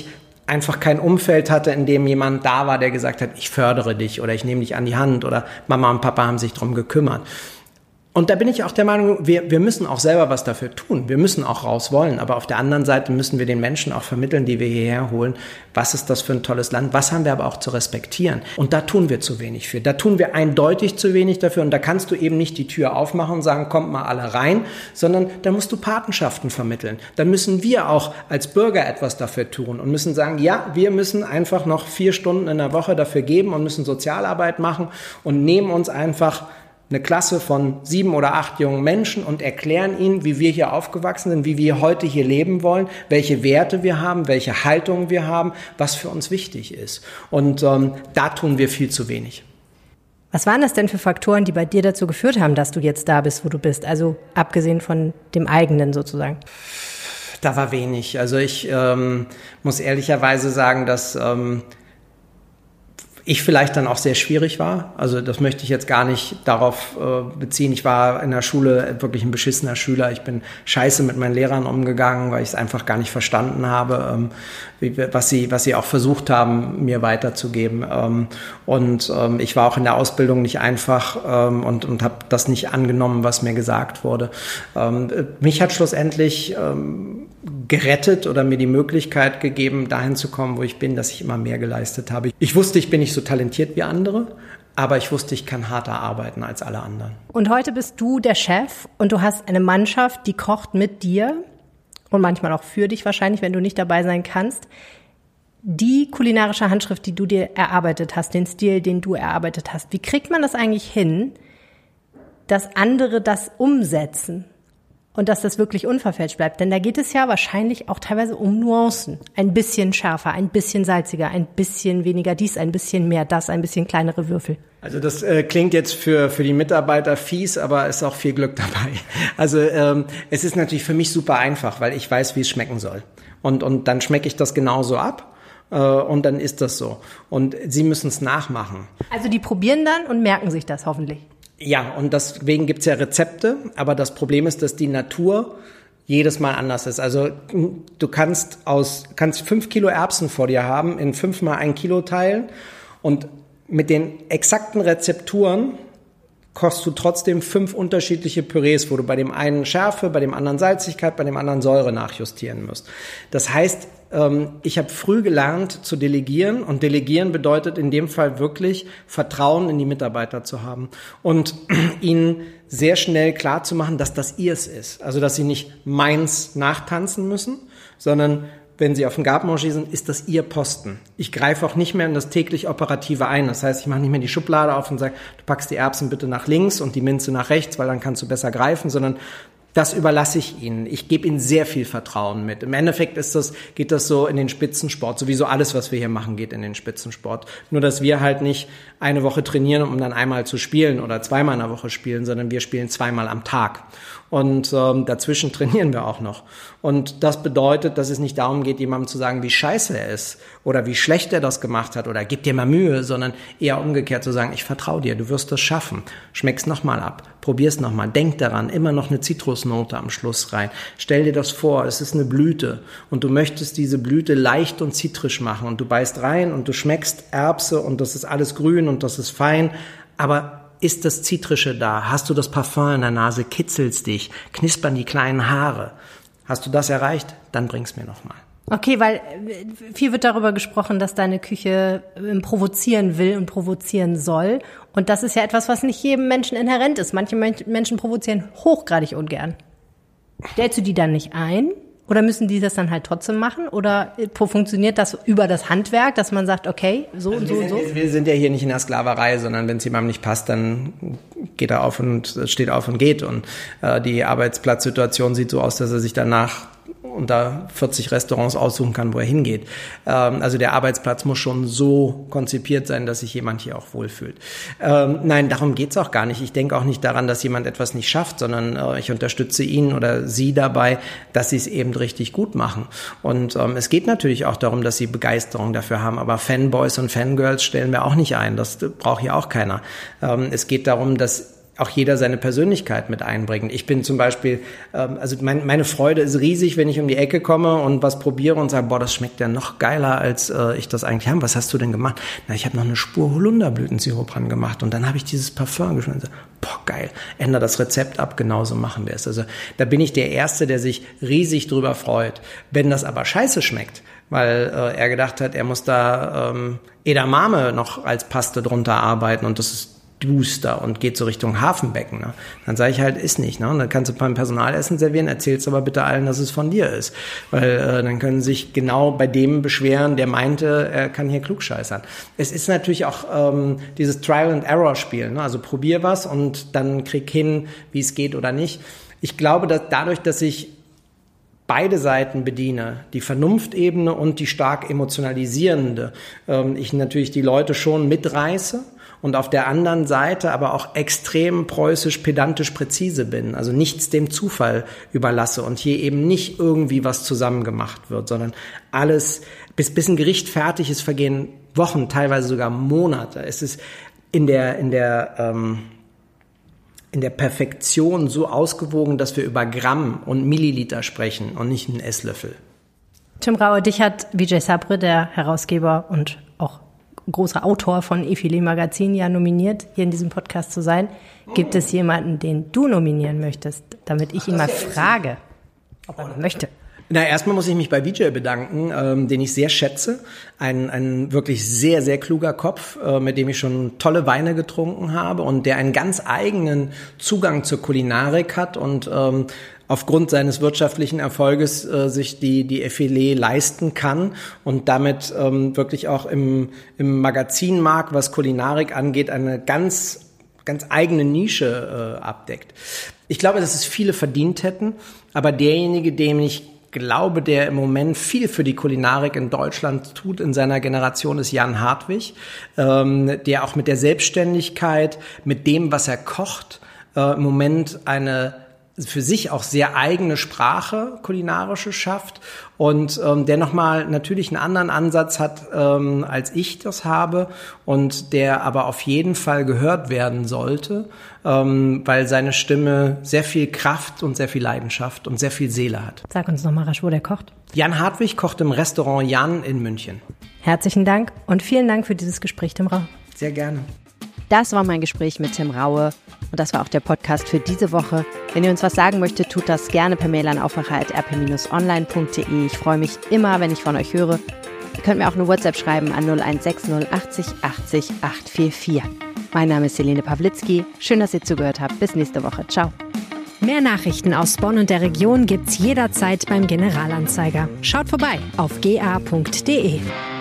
einfach kein Umfeld hatte, in dem jemand da war, der gesagt hat, ich fördere dich oder ich nehme dich an die Hand oder Mama und Papa haben sich drum gekümmert. Und da bin ich auch der Meinung, wir, wir müssen auch selber was dafür tun. Wir müssen auch raus wollen. Aber auf der anderen Seite müssen wir den Menschen auch vermitteln, die wir hierher holen, was ist das für ein tolles Land, was haben wir aber auch zu respektieren. Und da tun wir zu wenig für. Da tun wir eindeutig zu wenig dafür. Und da kannst du eben nicht die Tür aufmachen und sagen, kommt mal alle rein, sondern da musst du Patenschaften vermitteln. Da müssen wir auch als Bürger etwas dafür tun und müssen sagen, ja, wir müssen einfach noch vier Stunden in der Woche dafür geben und müssen Sozialarbeit machen und nehmen uns einfach eine Klasse von sieben oder acht jungen Menschen und erklären ihnen, wie wir hier aufgewachsen sind, wie wir heute hier leben wollen, welche Werte wir haben, welche Haltungen wir haben, was für uns wichtig ist. Und ähm, da tun wir viel zu wenig. Was waren das denn für Faktoren, die bei dir dazu geführt haben, dass du jetzt da bist, wo du bist? Also abgesehen von dem eigenen sozusagen. Da war wenig. Also ich ähm, muss ehrlicherweise sagen, dass ähm, ich vielleicht dann auch sehr schwierig war. Also das möchte ich jetzt gar nicht darauf äh, beziehen. Ich war in der Schule wirklich ein beschissener Schüler. Ich bin scheiße mit meinen Lehrern umgegangen, weil ich es einfach gar nicht verstanden habe, ähm, wie, was sie, was sie auch versucht haben, mir weiterzugeben. Ähm, und ähm, ich war auch in der Ausbildung nicht einfach ähm, und, und habe das nicht angenommen, was mir gesagt wurde. Ähm, mich hat schlussendlich ähm, gerettet oder mir die Möglichkeit gegeben, dahin zu kommen, wo ich bin, dass ich immer mehr geleistet habe. Ich wusste, ich bin nicht so talentiert wie andere, aber ich wusste, ich kann harter arbeiten als alle anderen. Und heute bist du der Chef und du hast eine Mannschaft, die kocht mit dir und manchmal auch für dich wahrscheinlich, wenn du nicht dabei sein kannst. Die kulinarische Handschrift, die du dir erarbeitet hast, den Stil, den du erarbeitet hast, wie kriegt man das eigentlich hin, dass andere das umsetzen? Und dass das wirklich unverfälscht bleibt. Denn da geht es ja wahrscheinlich auch teilweise um Nuancen. Ein bisschen schärfer, ein bisschen salziger, ein bisschen weniger dies, ein bisschen mehr das, ein bisschen kleinere Würfel. Also das äh, klingt jetzt für für die Mitarbeiter fies, aber ist auch viel Glück dabei. Also ähm, es ist natürlich für mich super einfach, weil ich weiß, wie es schmecken soll. Und und dann schmecke ich das genauso ab. äh, Und dann ist das so. Und sie müssen es nachmachen. Also die probieren dann und merken sich das hoffentlich. Ja, und deswegen gibt's ja Rezepte, aber das Problem ist, dass die Natur jedes Mal anders ist. Also du kannst aus kannst fünf Kilo Erbsen vor dir haben, in fünf mal ein Kilo teilen und mit den exakten Rezepturen kochst du trotzdem fünf unterschiedliche Pürees, wo du bei dem einen Schärfe, bei dem anderen Salzigkeit, bei dem anderen Säure nachjustieren musst. Das heißt, ich habe früh gelernt zu delegieren und delegieren bedeutet in dem Fall wirklich Vertrauen in die Mitarbeiter zu haben und ihnen sehr schnell klar zu machen, dass das ihrs ist. Also, dass sie nicht meins nachtanzen müssen, sondern wenn sie auf dem Gartenmanger sind, ist das ihr Posten. Ich greife auch nicht mehr in das täglich Operative ein. Das heißt, ich mache nicht mehr die Schublade auf und sage, du packst die Erbsen bitte nach links und die Minze nach rechts, weil dann kannst du besser greifen, sondern das überlasse ich ihnen. Ich gebe ihnen sehr viel Vertrauen mit. Im Endeffekt ist das, geht das so in den Spitzensport. Sowieso alles, was wir hier machen, geht in den Spitzensport. Nur, dass wir halt nicht eine Woche trainieren, um dann einmal zu spielen oder zweimal in der Woche spielen, sondern wir spielen zweimal am Tag. Und ähm, dazwischen trainieren wir auch noch. Und das bedeutet, dass es nicht darum geht, jemandem zu sagen, wie scheiße er ist oder wie schlecht er das gemacht hat oder gib dir mal Mühe, sondern eher umgekehrt zu sagen, ich vertraue dir, du wirst das schaffen. Schmeck's nochmal ab, probier's nochmal, denk daran, immer noch eine Zitrusnote am Schluss rein. Stell dir das vor, es ist eine Blüte und du möchtest diese Blüte leicht und zitrisch machen und du beißt rein und du schmeckst Erbse und das ist alles grün und das ist fein, aber ist das Zitrische da? Hast du das Parfum in der Nase? Kitzelst dich? Knispern die kleinen Haare? Hast du das erreicht? Dann bring's mir nochmal. Okay, weil viel wird darüber gesprochen, dass deine Küche provozieren will und provozieren soll. Und das ist ja etwas, was nicht jedem Menschen inhärent ist. Manche Menschen provozieren hochgradig ungern. Stellst du die dann nicht ein? Oder müssen die das dann halt trotzdem machen? Oder funktioniert das über das Handwerk, dass man sagt, okay, so also und so und und so? Wir sind ja hier nicht in der Sklaverei, sondern wenn es jemandem nicht passt, dann geht er auf und steht auf und geht. Und äh, die Arbeitsplatzsituation sieht so aus, dass er sich danach unter vierzig Restaurants aussuchen kann, wo er hingeht. Ähm, also der Arbeitsplatz muss schon so konzipiert sein, dass sich jemand hier auch wohlfühlt. Ähm, nein, darum geht's auch gar nicht. Ich denke auch nicht daran, dass jemand etwas nicht schafft, sondern äh, ich unterstütze ihn oder sie dabei, dass sie es eben richtig gut machen. Und ähm, es geht natürlich auch darum, dass sie Begeisterung dafür haben. Aber Fanboys und Fangirls stellen wir auch nicht ein. Das braucht ja auch keiner. Ähm, es geht darum, dass auch jeder seine Persönlichkeit mit einbringt. Ich bin zum Beispiel, ähm, also mein, meine Freude ist riesig, wenn ich um die Ecke komme und was probiere und sage, boah, das schmeckt ja noch geiler, als äh, ich das eigentlich habe. Was hast du denn gemacht? Na, ich habe noch eine Spur Holunderblütensirup dran gemacht und dann habe ich dieses Parfum geschmeckt. So, boah, geil, ändere das Rezept ab, genauso machen wir es. Also da bin ich der Erste, der sich riesig drüber freut. Wenn das aber scheiße schmeckt, weil äh, er gedacht hat, er muss da ähm, Edamame noch als Paste drunter arbeiten und das ist duster und geht so Richtung Hafenbecken. Ne? Dann sage ich halt, ist nicht. Ne? Und dann kannst du beim Personalessen servieren, erzählst aber bitte allen, dass es von dir ist. Weil äh, dann können sie sich genau bei dem beschweren, der meinte, er kann hier klugscheißern. Es ist natürlich auch ähm, dieses Trial-and-Error-Spiel. Ne? Also probier was und dann krieg hin, wie es geht oder nicht. Ich glaube, dass dadurch, dass ich beide Seiten bediene, die Vernunftebene und die stark emotionalisierende, ähm, ich natürlich die Leute schon mitreiße, und auf der anderen Seite aber auch extrem preußisch, pedantisch präzise bin. Also nichts dem Zufall überlasse und hier eben nicht irgendwie was zusammen gemacht wird, sondern alles, bis, bis ein Gericht fertig ist, vergehen Wochen, teilweise sogar Monate. Es ist in der, in der, ähm, in der Perfektion so ausgewogen, dass wir über Gramm und Milliliter sprechen und nicht einen Esslöffel. Tim Raue, dich hat Vijay Sabri, der Herausgeber und auch großer Autor von Effilé Magazin, ja nominiert, hier in diesem Podcast zu sein. Gibt es jemanden, den du nominieren möchtest, damit ich Ach, ihn mal frage, ob er möchte? Na, erstmal muss ich mich bei Vijay bedanken, ähm, den ich sehr schätze. Ein, ein wirklich sehr, sehr kluger Kopf, äh, mit dem ich schon tolle Weine getrunken habe und der einen ganz eigenen Zugang zur Kulinarik hat und ähm, aufgrund seines wirtschaftlichen Erfolges äh, sich die die Effilé leisten kann und damit ähm, wirklich auch im im Magazinmarkt, was Kulinarik angeht, eine ganz ganz eigene Nische äh, abdeckt. Ich glaube, dass es viele verdient hätten, aber derjenige, dem ich glaube, der im Moment viel für die Kulinarik in Deutschland tut in seiner Generation, ist Jan Hartwig, ähm, der auch mit der Selbstständigkeit, mit dem, was er kocht, äh, im Moment eine für sich auch sehr eigene Sprache, kulinarische schafft und ähm, der nochmal natürlich einen anderen Ansatz hat, ähm, als ich das habe und der aber auf jeden Fall gehört werden sollte, ähm, weil seine Stimme sehr viel Kraft und sehr viel Leidenschaft und sehr viel Seele hat. Sag uns nochmal rasch, wo der kocht. Jan Hartwig kocht im Restaurant Jan in München. Herzlichen Dank und vielen Dank für dieses Gespräch, Tim Raue. Sehr gerne. Das war mein Gespräch mit Tim Raue und das war auch der Podcast für diese Woche. Wenn ihr uns was sagen möchtet, tut das gerne per Mail an aufwacher at r p dash online punkt d e. Ich freue mich immer, wenn ich von euch höre. Ihr könnt mir auch eine WhatsApp schreiben an null eins sechs null achtzig achtzig acht vier vier. Mein Name ist Helene Pawlitzki. Schön, dass ihr zugehört habt. Bis nächste Woche. Ciao. Mehr Nachrichten aus Bonn und der Region gibt's jederzeit beim Generalanzeiger. Schaut vorbei auf g a punkt d e.